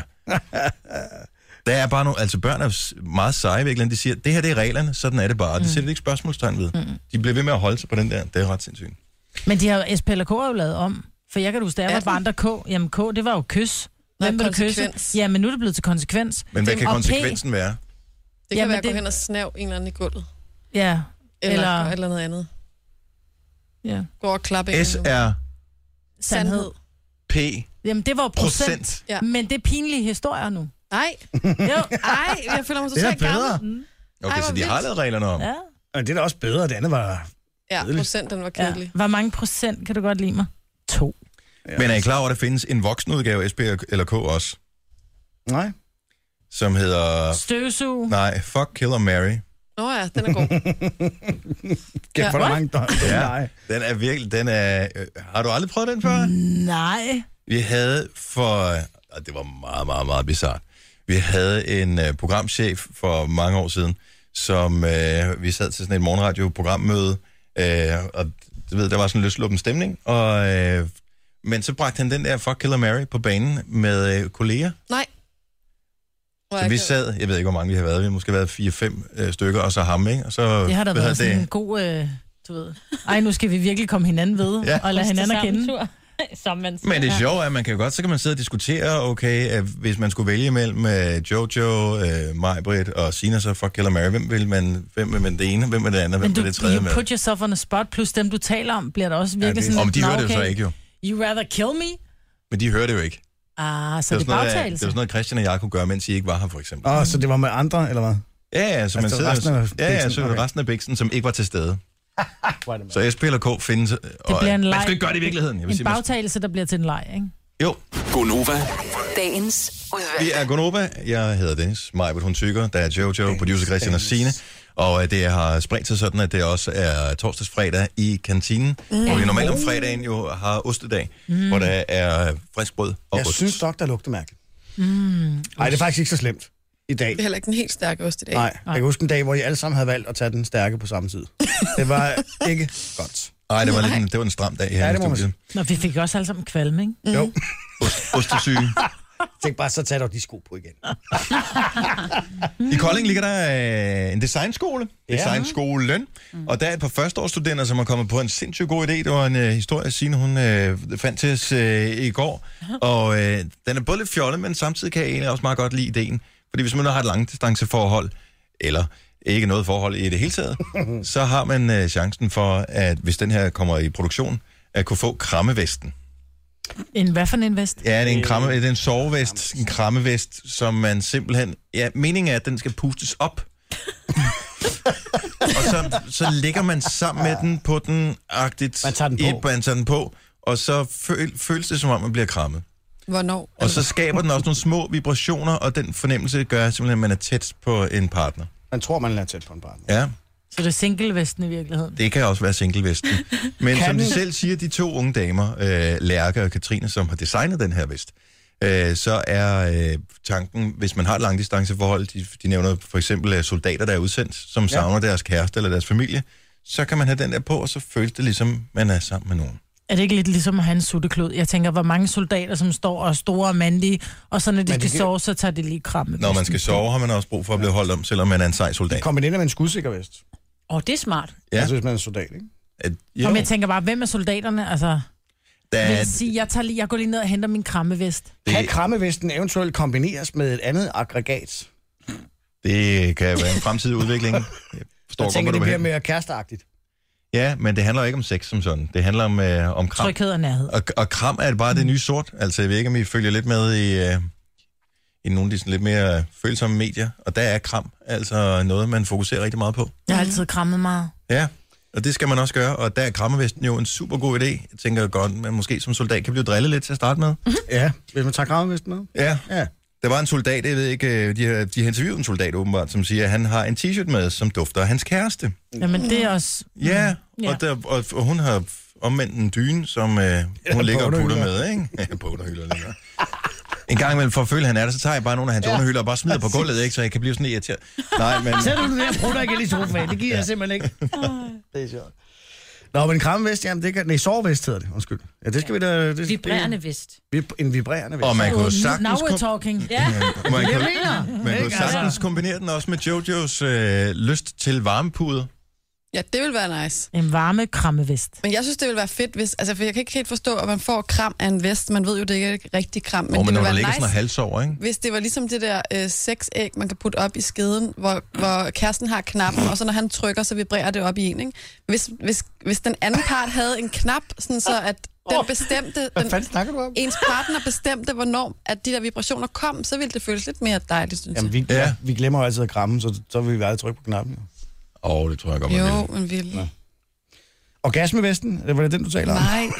Der er bare nogle... Altså børn er meget seje virkelig, de siger, det her det er reglerne, sådan er det bare. Mm. Det sætter ikke spørgsmålstegn ved. Mm. De bliver ved med at holde sig på den der. Det er ret sindssygt. Men de har jo S P eller K jo lavet om. For jeg kan huske, da jeg var barn, der K. Jamen K, det var jo kys. Hvem vil kysse? Ja, men nu er det blevet til konsekvens. Men hvad kan konsekvensen være? Det kan ja, være at det... gå hen og snav en eller anden i gulvet. Ja. Eller, eller... eller noget andet. Ja. Gå og klappe S R Sandhed. P. Jamen, det var procent. procent. Ja. Men det er pinlige historier nu. Nej. Jo, ej, jeg føler mig så så gammel. Mm. Okay, ej, så de vildt. Har lavet reglerne om. Ja. Men det er da også bedre, det andet var... Ja, procent, den var kedelig. Ja. Hvor mange procent kan du godt lide mig? To. Ja. Men er I klar over, at der findes en voksenudgave af S P eller K også? Nej. Som hedder... Støvsug. Nej, Fuck, Kill or Marry. Nå ja, den er god. Kæft, hvor ja. mange døgn. Ja, den er virkelig... Den er, øh, har du aldrig prøvet den før? Nej. Vi havde for... Og det var meget, meget, meget bizarrt. Vi havde en uh, programchef for mange år siden, som uh, vi sad til sådan et morgenradio-programmøde, uh, og du ved, der var sådan en løsluppen stemning, og, uh, men så bragte han den der Fuck, Kill or Marry på banen med uh, kolleger. Nej. Så vi sad, jeg ved ikke, hvor mange vi har været, vi har måske været fire-fem øh, stykker, og så ham, ikke? Og så, det har da været det... sådan en god, øh, du ved, ej, nu skal vi virkelig komme hinanden ved, ja. og lade hinanden at kende. Som man Men det er sjovt, at man kan jo godt, så kan man sidde og diskutere, okay, at hvis man skulle vælge mellem uh, Jojo, uh, Majbrit og Sina, så Fuck, Kill or Marry, hvem vil man, hvem vil man det ene, hvem vil det andet, hvem vil det tredje med? Men du put yourself on a spot, plus dem, du taler om, bliver der også virkelig ja, sådan... Om de hører okay, det jo så ikke, jo. You rather kill me? Men de hører det jo ikke. Ah, så det, det er bagtagelse? bagtagelse? Det var sådan noget, Christian og jeg kunne gøre, mens I ikke var her, for eksempel. Åh, oh, så det var med andre, eller hvad? Ja, ja, så altså, man sidder... Ja, ja, så okay. Resten af biksen, som ikke var til stede. Så S P eller K findes... Det bliver en leg. Man skal ikke gøre det i virkeligheden. Jeg vil en sige, bagtagelse, der bliver til en leg, ikke? Jo. Gonova. Dagens udvalgte. Vi er Gonova. Jeg hedder Dennis. Majbert, hun tykker. Der er Jojo, producer Christian og Signe. Og det har spredt sig sådan, at det også er torsdagsfredag i kantinen. Mm. Hvor vi normalt om fredagen jo har ostedag, mm. hvor der er frisk brød og Jeg ost. synes dog, der lugter mærkeligt. Mm. Nej, det er faktisk ikke så slemt i dag. Det er heller ikke den helt stærke ost i dag. Nej, jeg kan huske en dag, hvor I alle sammen havde valgt at tage den stærke på samme tid. Det var ikke godt. Nej, det var lidt en, det var en stram dag her ja, i studiet. Nå, vi fik også alle sammen kvalme, ikke? Mm. Jo. Ost, ostesyge. Tænk bare, så tag dog de sko på igen. I Kolding ligger der øh, en designskole, ja. Designskolen, mm. og der er et par førsteårsstudenter, som har kommet på en sindssygt god idé. Det var en øh, historie, Signe, hun øh, fandt til os øh, i går, og øh, den er både lidt fjollet, men samtidig kan jeg egentlig også meget godt lide ideen, fordi hvis man nu har et langdistanceforhold, eller ikke noget forhold i det hele taget, så har man øh, chancen for, at hvis den her kommer i produktion, at kunne få krammevesten. En hvad for en vest? Ja, det er en, kramme, det er en sovevest, en krammevest, som man simpelthen... Ja, meningen er, at den skal pustes op. og så, så ligger man sammen med den på den agtigt... Man tager den på. I, man tager den på, og så føl, føles det som om, man bliver krammet. Hvornår? Og så skaber den også nogle små vibrationer, og den fornemmelse gør simpelthen, at man er tæt på en partner. Man tror, man er tæt på en partner. Ja. Så det er singlevesten i virkeligheden? Det kan også være singlevesten. Men Kan som de den- selv siger, de to unge damer, øh, Lærke og Katrine, som har designet den her vest, øh, så er øh, tanken, hvis man har et langdistanceforhold, de, de nævner for eksempel øh, soldater, der er udsendt, som ja. savner deres kæreste eller deres familie, så kan man have den der på, og så føles det ligesom, man er sammen med nogen. Er det ikke lidt ligesom at have en sutteklud? Jeg tænker, hvor mange soldater, som står og er store og mandige, og så når de Men skal det- sove, så tager de lige kram med Når man vesten. skal sove, har man også brug for at blive holdt om, selvom man er en sej soldat. Kombineret med en skudsikker vest. Åh, oh, det er smart. Ja. Altså, hvis man er soldat, ikke? At, jo, Og jeg tænker bare, hvem er soldaterne? Altså, der, vil jeg sige, jeg, tager lige, jeg går lige ned og henter min krammevest. Kan krammevesten eventuelt kombineres med et andet aggregat? det kan være en fremtidig udvikling. Jeg forstår Jeg godt, tænker, hvor du det vil bliver hen. mere kæresteagtigt. Ja, men det handler jo ikke om sex som sådan. Det handler om, øh, om kram. Tryghed og nærhed. Og, og kram er bare det nye sort. Altså, jeg ved ikke, om I følger lidt med i, øh, i nogle af de sådan lidt mere følsomme medier. Og der er kram altså noget, man fokuserer rigtig meget på. Jeg har altid krammet meget. Ja, og det skal man også gøre. Og der er krammevesten jo en super god idé. Jeg tænker godt, man måske som soldat kan blive drillet lidt til at starte med. Ja, hvis man tager krammevesten med. Ja. Ja. Der var en soldat, jeg ved ikke, de har, de har interviewet en soldat åbenbart, som siger, at han har en t-shirt med, som dufter af hans kæreste. Jamen, det er også... Ja, Ja. og, der, og, og hun har omvendt en dyne, som øh, hun ligger og putter underhylder. med, ikke? Ja, på underhylder ligger. En gang imellem for at føle, at han er der, så tager jeg bare nogle af hans ja. underhylder og bare smider på gulvet, ikke? Så jeg kan blive sådan irriteret. Nej, men... Sæt du det der prutter igen i sofaen. Det giver ja. jeg simpelthen ikke. Det er sjovt. Nå, men krammevest, jamen det kan... Nej, sovevest hedder det. Undskyld. Ja, det skal vi da... Det, Vibrerende vest. Det, en vibrerende vest. Og man kunne Oh, sagtens... now we're kom- talking. Ja. man Jeg kunne, mener. man kunne Ikke? sagtens Altså- kombinere den også med Jojos øh, lyst til varmepuder. Ja, det vil være nice. En varme krammevest. Men jeg synes, det vil være fedt, hvis... Altså, for jeg kan ikke helt forstå, at man får kram af en vest. Man ved jo, det ikke er rigtig kram. Men, Men, oh, men det når vil der være ligger nice, sådan en halsår, ikke? hvis det var ligesom det der øh, sexæg, man kan putte op i skeden, hvor, hvor kæresten har knappen, og så når han trykker, så vibrerer det op i en, ikke? Hvis, hvis, hvis den anden part havde en knap, sådan så at den bestemte... Hvad Den, fanden snakker du om? ens partner bestemte, hvornår at de der vibrationer kom, så ville det føles lidt mere dejligt, synes Jamen, jeg. vi, Ja. ja. vi glemmer jo altid at kramme, så, så vil vi aldrig trykke på knappen. Jo. Åh, oh, det tror jeg godt, man Jo, vil. men vildt. Orgasmevesten, det var det den, du taler om?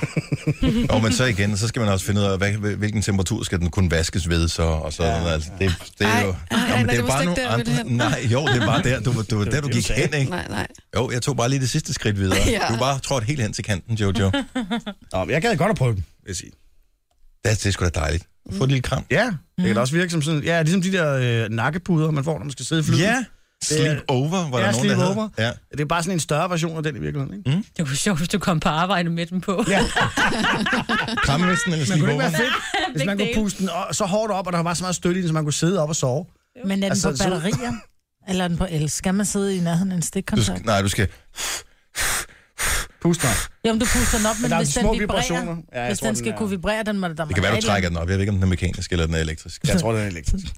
Nej. Og men så igen, så skal man også finde ud af, hvad, hvilken temperatur skal den kunne vaskes ved, så, og så ja, altså, det, det er Ej, jo... ej, Jamen, nej, det er det var bare slet nogle ikke der, jeg ville andre... Nej, jo, det er bare der, du, du, der, du det, gik du hen, ikke? Nej, nej. Jo, jeg tog bare lige det sidste skridt videre. Ja. Du bare trådt helt hen til kanten, Jojo. Nå, men jeg gad godt at prøve den, vil jeg sige. Det er, det er sgu da dejligt. Få et lille kram. Ja, det kan da også virke som sådan... Ja, ligesom de der øh, nakkepuder, man får, når man skal sidde i flyet. Ja, sleep over, var Ja, der nogen, sleep der over. havde. Ja. Det er bare sådan en større version af den i virkeligheden, ikke? Mm. Det var sjovt, hvis du kom på arbejde med den på. Ja. Krammevesten eller Men sleep kunne det over? ikke være fedt, hvis man kunne Begge puste den o- så hårdt op, og der var så meget støtte i den, så man kunne sidde op og sove? Men er den Altså, på så- batterier? Eller er den på el? Skal man sidde i nærheden af en Du stikkontakt? skal, nej, du skal... Puste den. Jamen, du puster den op, men der er hvis den små vibrerer, vibrationer. Ja, jeg hvis tror, den den skal er- kunne vibrere, den må der Det kan være, du trækker den op. Jeg ved ikke, om den er mekanisk eller den er elektrisk. Jeg tror, den er elektrisk.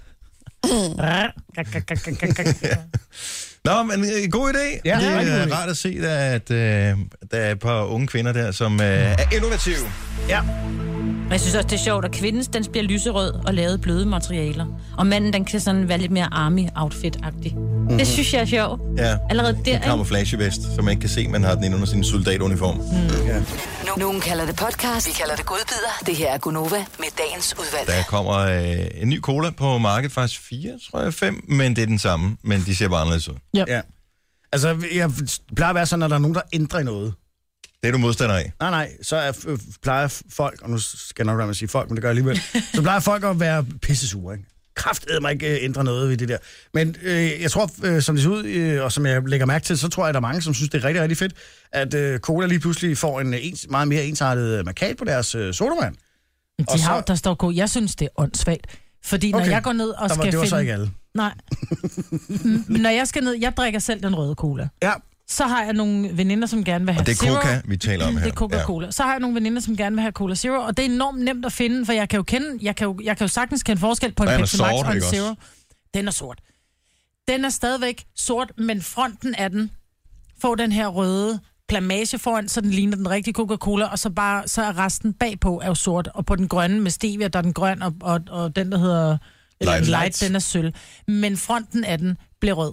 Nå, men øh, god idé. Ja, det rigtig god er idé. rart at se, at øh, der er et par unge kvinder der, som øh, er innovative. Ja. Og jeg synes også, det er sjovt, at kvindens, den bliver lyserød og lavet bløde materialer. Og manden, den kan sådan være lidt mere army-outfit-agtig. Mm-hmm. Det synes jeg er sjovt. Ja, Allerede der, en ikke? camouflagevest, som man ikke kan se, man har den inde under sin soldatuniform. Mm. Ja. Nogen kalder det podcast, vi kalder det godbider. Det her er Gunova med dagens udvalgte. Der kommer øh, en ny cola på markedet, faktisk fire, tror jeg, fem, men det er den samme, men de ser bare anderledes ud. Ja. Altså, jeg plejer at være sådan, når der er nogen, der ændrer i noget. Det er du modstander af. Nej, nej, så er, øh, plejer folk, og nu skal jeg nok være med at sige folk, men det gør jeg alligevel, så plejer folk at være pissesure, ikke? Kraftedeme mig ikke øh, ændre noget ved det der. Men øh, jeg tror, øh, som det ser ud, øh, og som jeg lægger mærke til, så tror jeg, at der er mange, som synes, det er rigtig, rigtig fedt, at øh, Cola lige pludselig får en ens, meget mere ensartet markat på deres øh, sodavand. De Og har, så- der står god. Jeg synes, det er åndssvagt. Fordi når Okay. jeg går ned og Der var, skal det var finde... så ikke alle. Nej. Men når jeg skal ned, jeg drikker selv den røde cola. Ja, Så har jeg nogle veninder, som gerne vil have Og det er Zero. Coca, vi taler om her. Det er Coca-Cola. Ja. Så har jeg nogle veninder, som gerne vil have Cola Zero, og det er enormt nemt at finde, for jeg kan jo kende, jeg kan jo, jeg kan jo sagtens kende forskel på en Den er Pepsi Max sort, og en ikke Zero. også? Den er sort. Den er stadigvæk sort, men fronten af den får den her røde plamage foran, så den ligner den rigtige Coca-Cola, og så bare så er resten bagpå er jo sort, og på den grønne med stevia, der er den grøn, og, og, og den, der hedder eller Light. light, den er sølv. Men fronten af den bliver rød.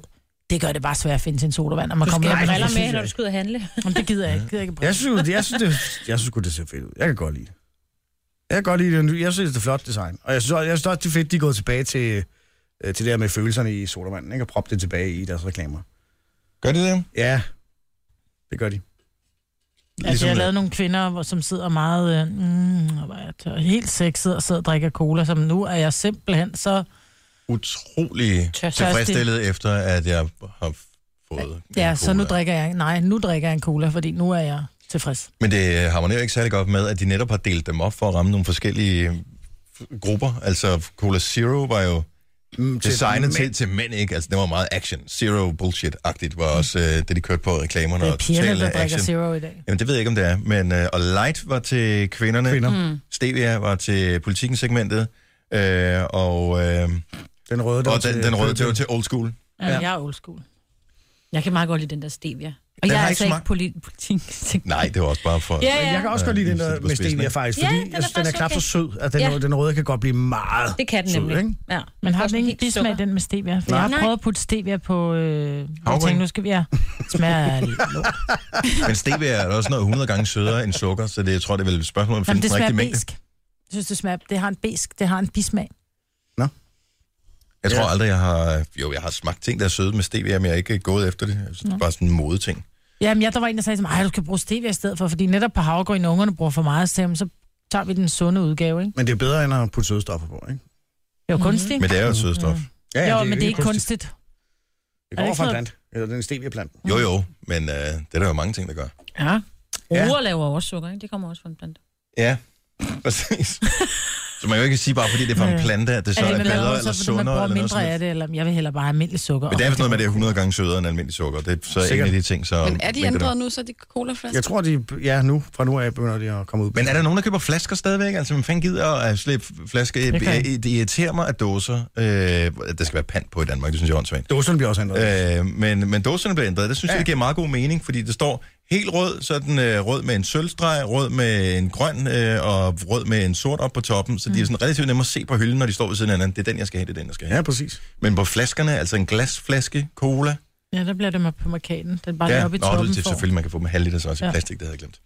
det gør det bare svært at finde til en sodavand, og man Du kommer skal hjem have med briller med, når du skal ud og handle. Men det gider jeg ikke. Gider jeg, ikke Jeg synes, det, jeg synes, det, jeg synes det ser fedt ud. Jeg kan godt lide det. Jeg kan godt lide det. Jeg synes, det er flot design. Og jeg synes, jeg synes også, det er fedt, de er gået tilbage til, til det her med følelserne i sodavanden, ikke? Og proppe det tilbage i deres reklamer. Gør de det? Ja, det gør de. Altså, ligesom jeg har lavet nogle kvinder, hvor, som sidder meget øh, mm, hvor er tør, helt sexet og sidder og drikker cola, som nu er jeg simpelthen så... Utrolig tilfredsstillet efter, at jeg har fået Ja, så nu drikker jeg... Nej, nu drikker jeg en cola, fordi nu er jeg tilfreds. Men det harmonerer ikke særlig godt med, at de netop har delt dem op for at ramme nogle forskellige grupper. Altså, Cola Zero var jo mm, designet til, til, til mænd, ikke? Altså, det var meget action. Zero bullshit-agtigt var også øh, det, de kørte på reklamerne. Det er pigerne, der drikker Zero i dag. Jamen, det ved jeg ikke, om det er. Men, øh, og Light var til kvinderne. Kvinder. Mm. Stevia var til politikken-segmentet. Øh, og øh, den røde, og den, den røde det var til old school. Ja, ja, jeg er old school. Jeg kan meget godt lide den der stevia. Og Den jeg er har altså ikke ikke politik. Nej, det var også bare for... Ja, ja. Jeg kan også godt lide den der med stevia faktisk, fordi Ja, jeg den er synes, den er faktisk knap så okay. sød, at den, Ja. den røde kan godt blive meget Det kan den sød, nemlig. ikke? Ja. Men har Også den ingen helt bismag, sukker. den med stevia? For Nej. jeg har Nej. prøvet at putte stevia på... Øh, jeg Havregryn. tænkte, nu skal vi... Ja, smager af lort. Men stevia er også noget hundrede gange sødere end sukker, så det, jeg tror, det er vel et spørgsmål om at Jamen, finde det den smager rigtige mængde. besk. Jeg synes, det smager... Det har en besk. Det har en bismag. Jeg tror Ja. aldrig, jeg har... Jo, jeg har smagt ting, der er søde med stevia, men jeg er ikke gået efter det. Jeg synes, det er bare sådan en modeting. Jamen, jeg, der var en, der sagde til mig, du skal bruge stevia i stedet for, fordi netop på havregryn, ungerne bruger for meget stemme, så tager vi den sunde udgave, ikke? Men det er bedre, end at putte sødestoffer på, ikke? Det er jo kunstigt. Men det er jo et sødestof. Ja, Jo, men det er ikke kunstigt. Det Er det kommer ikke fra en noget- plant. Eller den stevia-plant. Jo, jo, men øh, det er der jo mange ting, der gør. Ja. Ja. Roer laver også sukker, ikke? Det kommer også fra en plante. Ja, præcis. Så man kan jo ikke sige bare, fordi det er fra en plante, at det så Er er, det er bedre, bedre så eller fordi man sundere. bruger Eller noget mindre sådan af det, eller jeg vil hellere bare have almindelig sukker. Men det er sådan noget med, at det er hundrede gange sødere end almindelig sukker. Det er så en Sikkert. af de ting, så... Men er de mængder ændret nu, så de colaflasker? Jeg tror, de... Ja, nu. Fra nu af begynder de at komme ud. Men er der nogen, der køber flasker stadigvæk? Altså, man fanden gider at slippe flasker? Det kan jeg. Det irriterer mig, at dåser... Øh, der skal være pant på i Danmark, det synes jeg er åndssvagt. Dåserne bliver også ændret. Øh, men, men dåserne bliver ændret. Det synes ja. jeg, det giver meget god mening, fordi det står helt rød, så er den øh, rød med en sølvstreg, rød med en grøn øh, og rød med en sort op på toppen, så mm. de er sådan relativt nemme at se på hylden, når de står ved siden af hinanden. Det er den, jeg skal have, det er den, jeg skal have. Ja, præcis. Men på flaskerne, altså en glasflaske, cola... Ja, der bliver det med på markaden. Den er bare Ja, ja. oppe i nå, toppen. det er for. selvfølgelig, man kan få dem halvliter så også i Ja. plastik, det havde jeg glemt.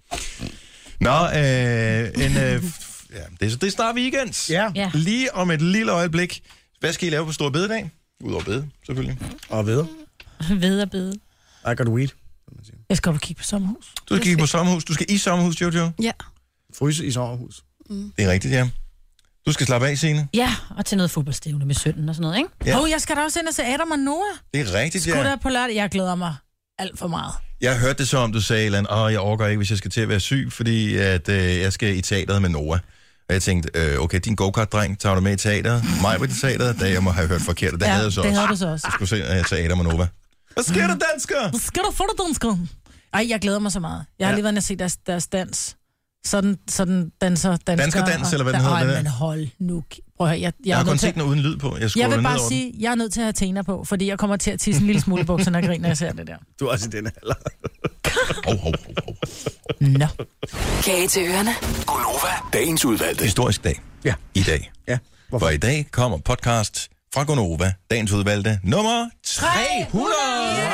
Nå, øh, en, øh, f- ja, det, er, det er snart weekend. Ja. Ja. Lige om et lille øjeblik. Hvad skal I lave på Store Bededag? Udover bede, selvfølgelig. Og ved. Ved og bede. I got weed. Jeg skal op og kigge på sommerhus. Du skal kigge på sommerhus. Du skal i sommerhus, Jojo. Ja. Fryse i sommerhus. Det er rigtigt, ja. Du skal slappe af, Signe. Ja, og til noget fodboldstævne med sønnen og sådan noget, ikke? Ja. Åh, oh, jeg skal da også ind og se Adam og Noah. Det er rigtigt, Skulle ja. der på lørdag. Jeg glæder mig alt for meget. Jeg hørte det så om, du sagde, at åh, jeg overgår ikke, hvis jeg skal til at være syg, fordi at, øh, jeg skal i teateret med Noah. Og jeg tænkte, øh, okay, din go-kart-dreng, tager du med i teateret? Mig på det teateret, da jeg må have hørt forkert. Det Ja, havde jeg så det også. havde du så også. Jeg skulle se, at jeg tager Adam og Noah. Hvad sker der, dansker? Hvad skal du få dig, dansker? Ej, jeg glæder mig så meget. Jeg har Ja. lige været inde og se deres, deres dans. Sådan, sådan danser, dansker. Danskerdans, eller hvad den hedder, Ej, det der? men hold nu. Prøv at høre, jeg, jeg, Jeg er har kun nødt til, set den uden lyd på. Jeg, jeg scroller vil ned bare over den. sige, jeg er nødt til at have tænder på, fordi jeg kommer til at tisse en lille smule i bukserne og grine, når jeg ser det der. Du er også i denne alder. Hov, hov, hov, hov. Nå. Kage til ørerne. Gonova, dagens udvalgte. Historisk dag. Ja. I dag. Ja. Hvorfor? For i dag kommer podcast fra Gonova, dagens udvalgte, nummer tre hundrede.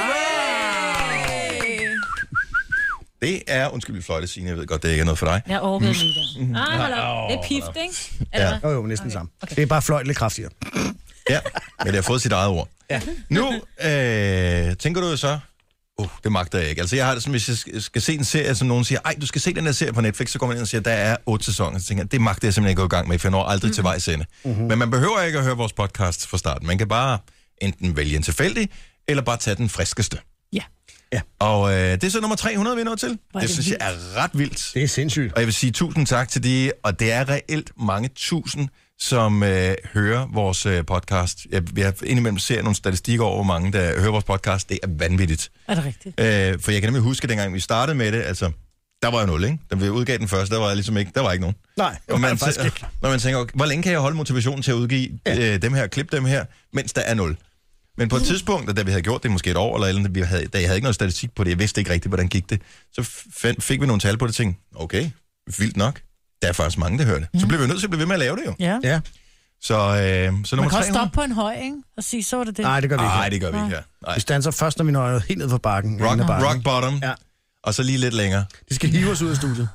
Det er, undskyld, fløjte, Signe, jeg ved godt, det ikke er noget for dig. Jeg overvejede lige der. Nej, hold op. Det er pift, ikke? Eller Ja. hvad? Jo, jo, næsten okay. sammen. Det er bare fløjt lidt kraftigere. Ja, men det har fået sit eget ord. Ja. Nu øh, tænker du jo så, uh, det magter jeg ikke. Altså jeg har det sådan, hvis jeg skal- skal se en serie, som nogen siger, ej, du skal se den der serie på Netflix, så går man ind og siger, der er otte sæsoner. Så tænker jeg, det magter jeg simpelthen ikke gå i gang med, for jeg når aldrig mm-hmm. til vejs ende. Mm-hmm. Men man behøver ikke at høre vores podcast fra starten. Man kan bare enten vælge en tilfældig, eller bare tage den friskeste. Ja. Ja. Og øh, det er så nummer tre hundrede, vi er nået til. er Det det synes jeg er ret vildt. Det er sindssygt. Og jeg vil sige tusind tak til de, og det er reelt mange tusind, som øh, hører vores øh, podcast. Jeg, jeg indimellem ser nogle statistikker over, hvor mange, der hører vores podcast. Det er vanvittigt. Er det rigtigt? Øh, for jeg kan nemlig huske, dengang vi startede med det, altså, der var jo nul, ikke? Da vi udgav den første, der var jeg ligesom ikke, der var ikke nogen. Nej, Og man, faktisk ikke. når man tænker, okay, hvor længe kan jeg holde motivationen til at udgive ja. øh, dem her, klippe dem her, mens der er nul? Men på et tidspunkt, og da vi havde gjort det måske et år eller eller andet, vi havde, da jeg havde ikke noget statistik på det, jeg vidste ikke rigtigt, hvordan gik det, så f- fik vi nogle tal på det, og tænkte, okay, vildt nok, der er faktisk mange, der hører det. Mm. Så blev vi nødt til at blive ved med at lave det jo. Ja. Ja. Så, øh, så nummer Man kan tre hundrede... også stoppe på en høj, ikke? Og sige, så var det det. Nej, det gør vi ikke. Nej, det gør vi ikke her. Vi standser først, når vi når helt ned for bakken. Rock, bakken. rock bottom. Ja. Og så lige lidt længere. De skal hive os ud af studiet.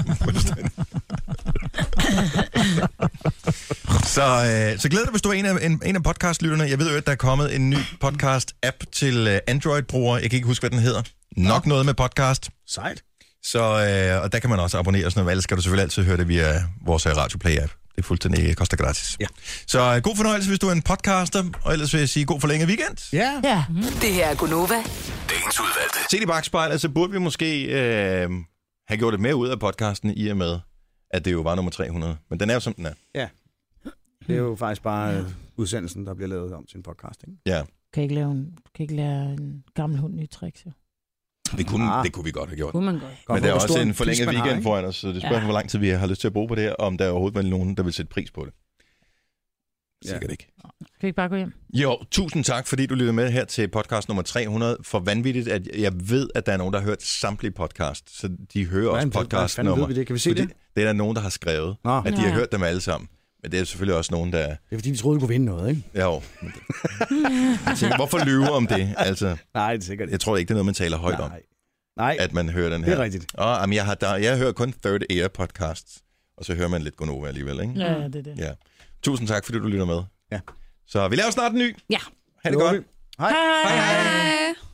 så, øh, så glæder dig, hvis du er en af, en, en af podcastlytterne. Jeg ved jo, at der er kommet en ny podcast-app til øh, Android-brugere. Jeg kan ikke huske, hvad den hedder. Nok noget med podcast. Sejt. Så, øh, og der kan man også abonnere og sådan noget. Ellers skal du selvfølgelig altid høre det via vores uh, Radio Play-app. Det er fuldstændig koster gratis. Ja. Så uh, god fornøjelse, hvis du er en podcaster. Og ellers vil jeg sige god forlænget weekend. Ja. Ja. Det her er Gunova. Dagens udvalgte. Se i bagspejlet, så burde vi måske øh, have gjort det mere ud af podcasten, i og med, at det jo var nummer tre hundrede. Men den er jo, som den er. Ja. Det er jo faktisk bare øh, udsendelsen, der bliver lavet om til en podcast, ikke? Ja. Du kan ikke lave en, du kan ikke lære en gammel hund nye tricks, jo. Det kunne, Ah. det kunne vi godt have gjort. Kunne man godt. Men der er hvor også stor en pris forlænget man har, weekend ikke? foran os, så det spørger, ja. hvor lang tid vi har lyst til at bruge på det her, og om der er overhovedet vel nogen, der vil sætte pris på det. Sikkert ikke. Kan vi ikke bare gå hjem? Jo, tusind tak, fordi du lyttede med her til podcast nummer tre hundrede. For vanvittigt, at jeg ved, at der er nogen, der har hørt samtlige podcast, så de hører også Hvordan podcastnummer. ved vi det? Kan vi se Fordi det? det er der nogen, der har skrevet, Nå. at de Nå, har ja. hørt dem alle sammen. Men det er selvfølgelig også nogen, der... Det er fordi, de troede, du kunne vinde noget, ikke? Ja, jo. Men det... jeg tænker, hvorfor lyve om det? Altså, Nej, det er sikkert jeg tror ikke, det er noget, man taler højt om, Nej. Nej, at man hører den her. det er rigtigt. Åh, jamen, jeg har, der, jeg hører kun Third Ear podcasts, og så hører man lidt Gonova alligevel, ikke? Ja, det er det. Ja. Tusind tak, fordi du lytter med. Ja. Så vi laver snart en ny. Ja. Ha' det godt. Hej. Hej. Hej.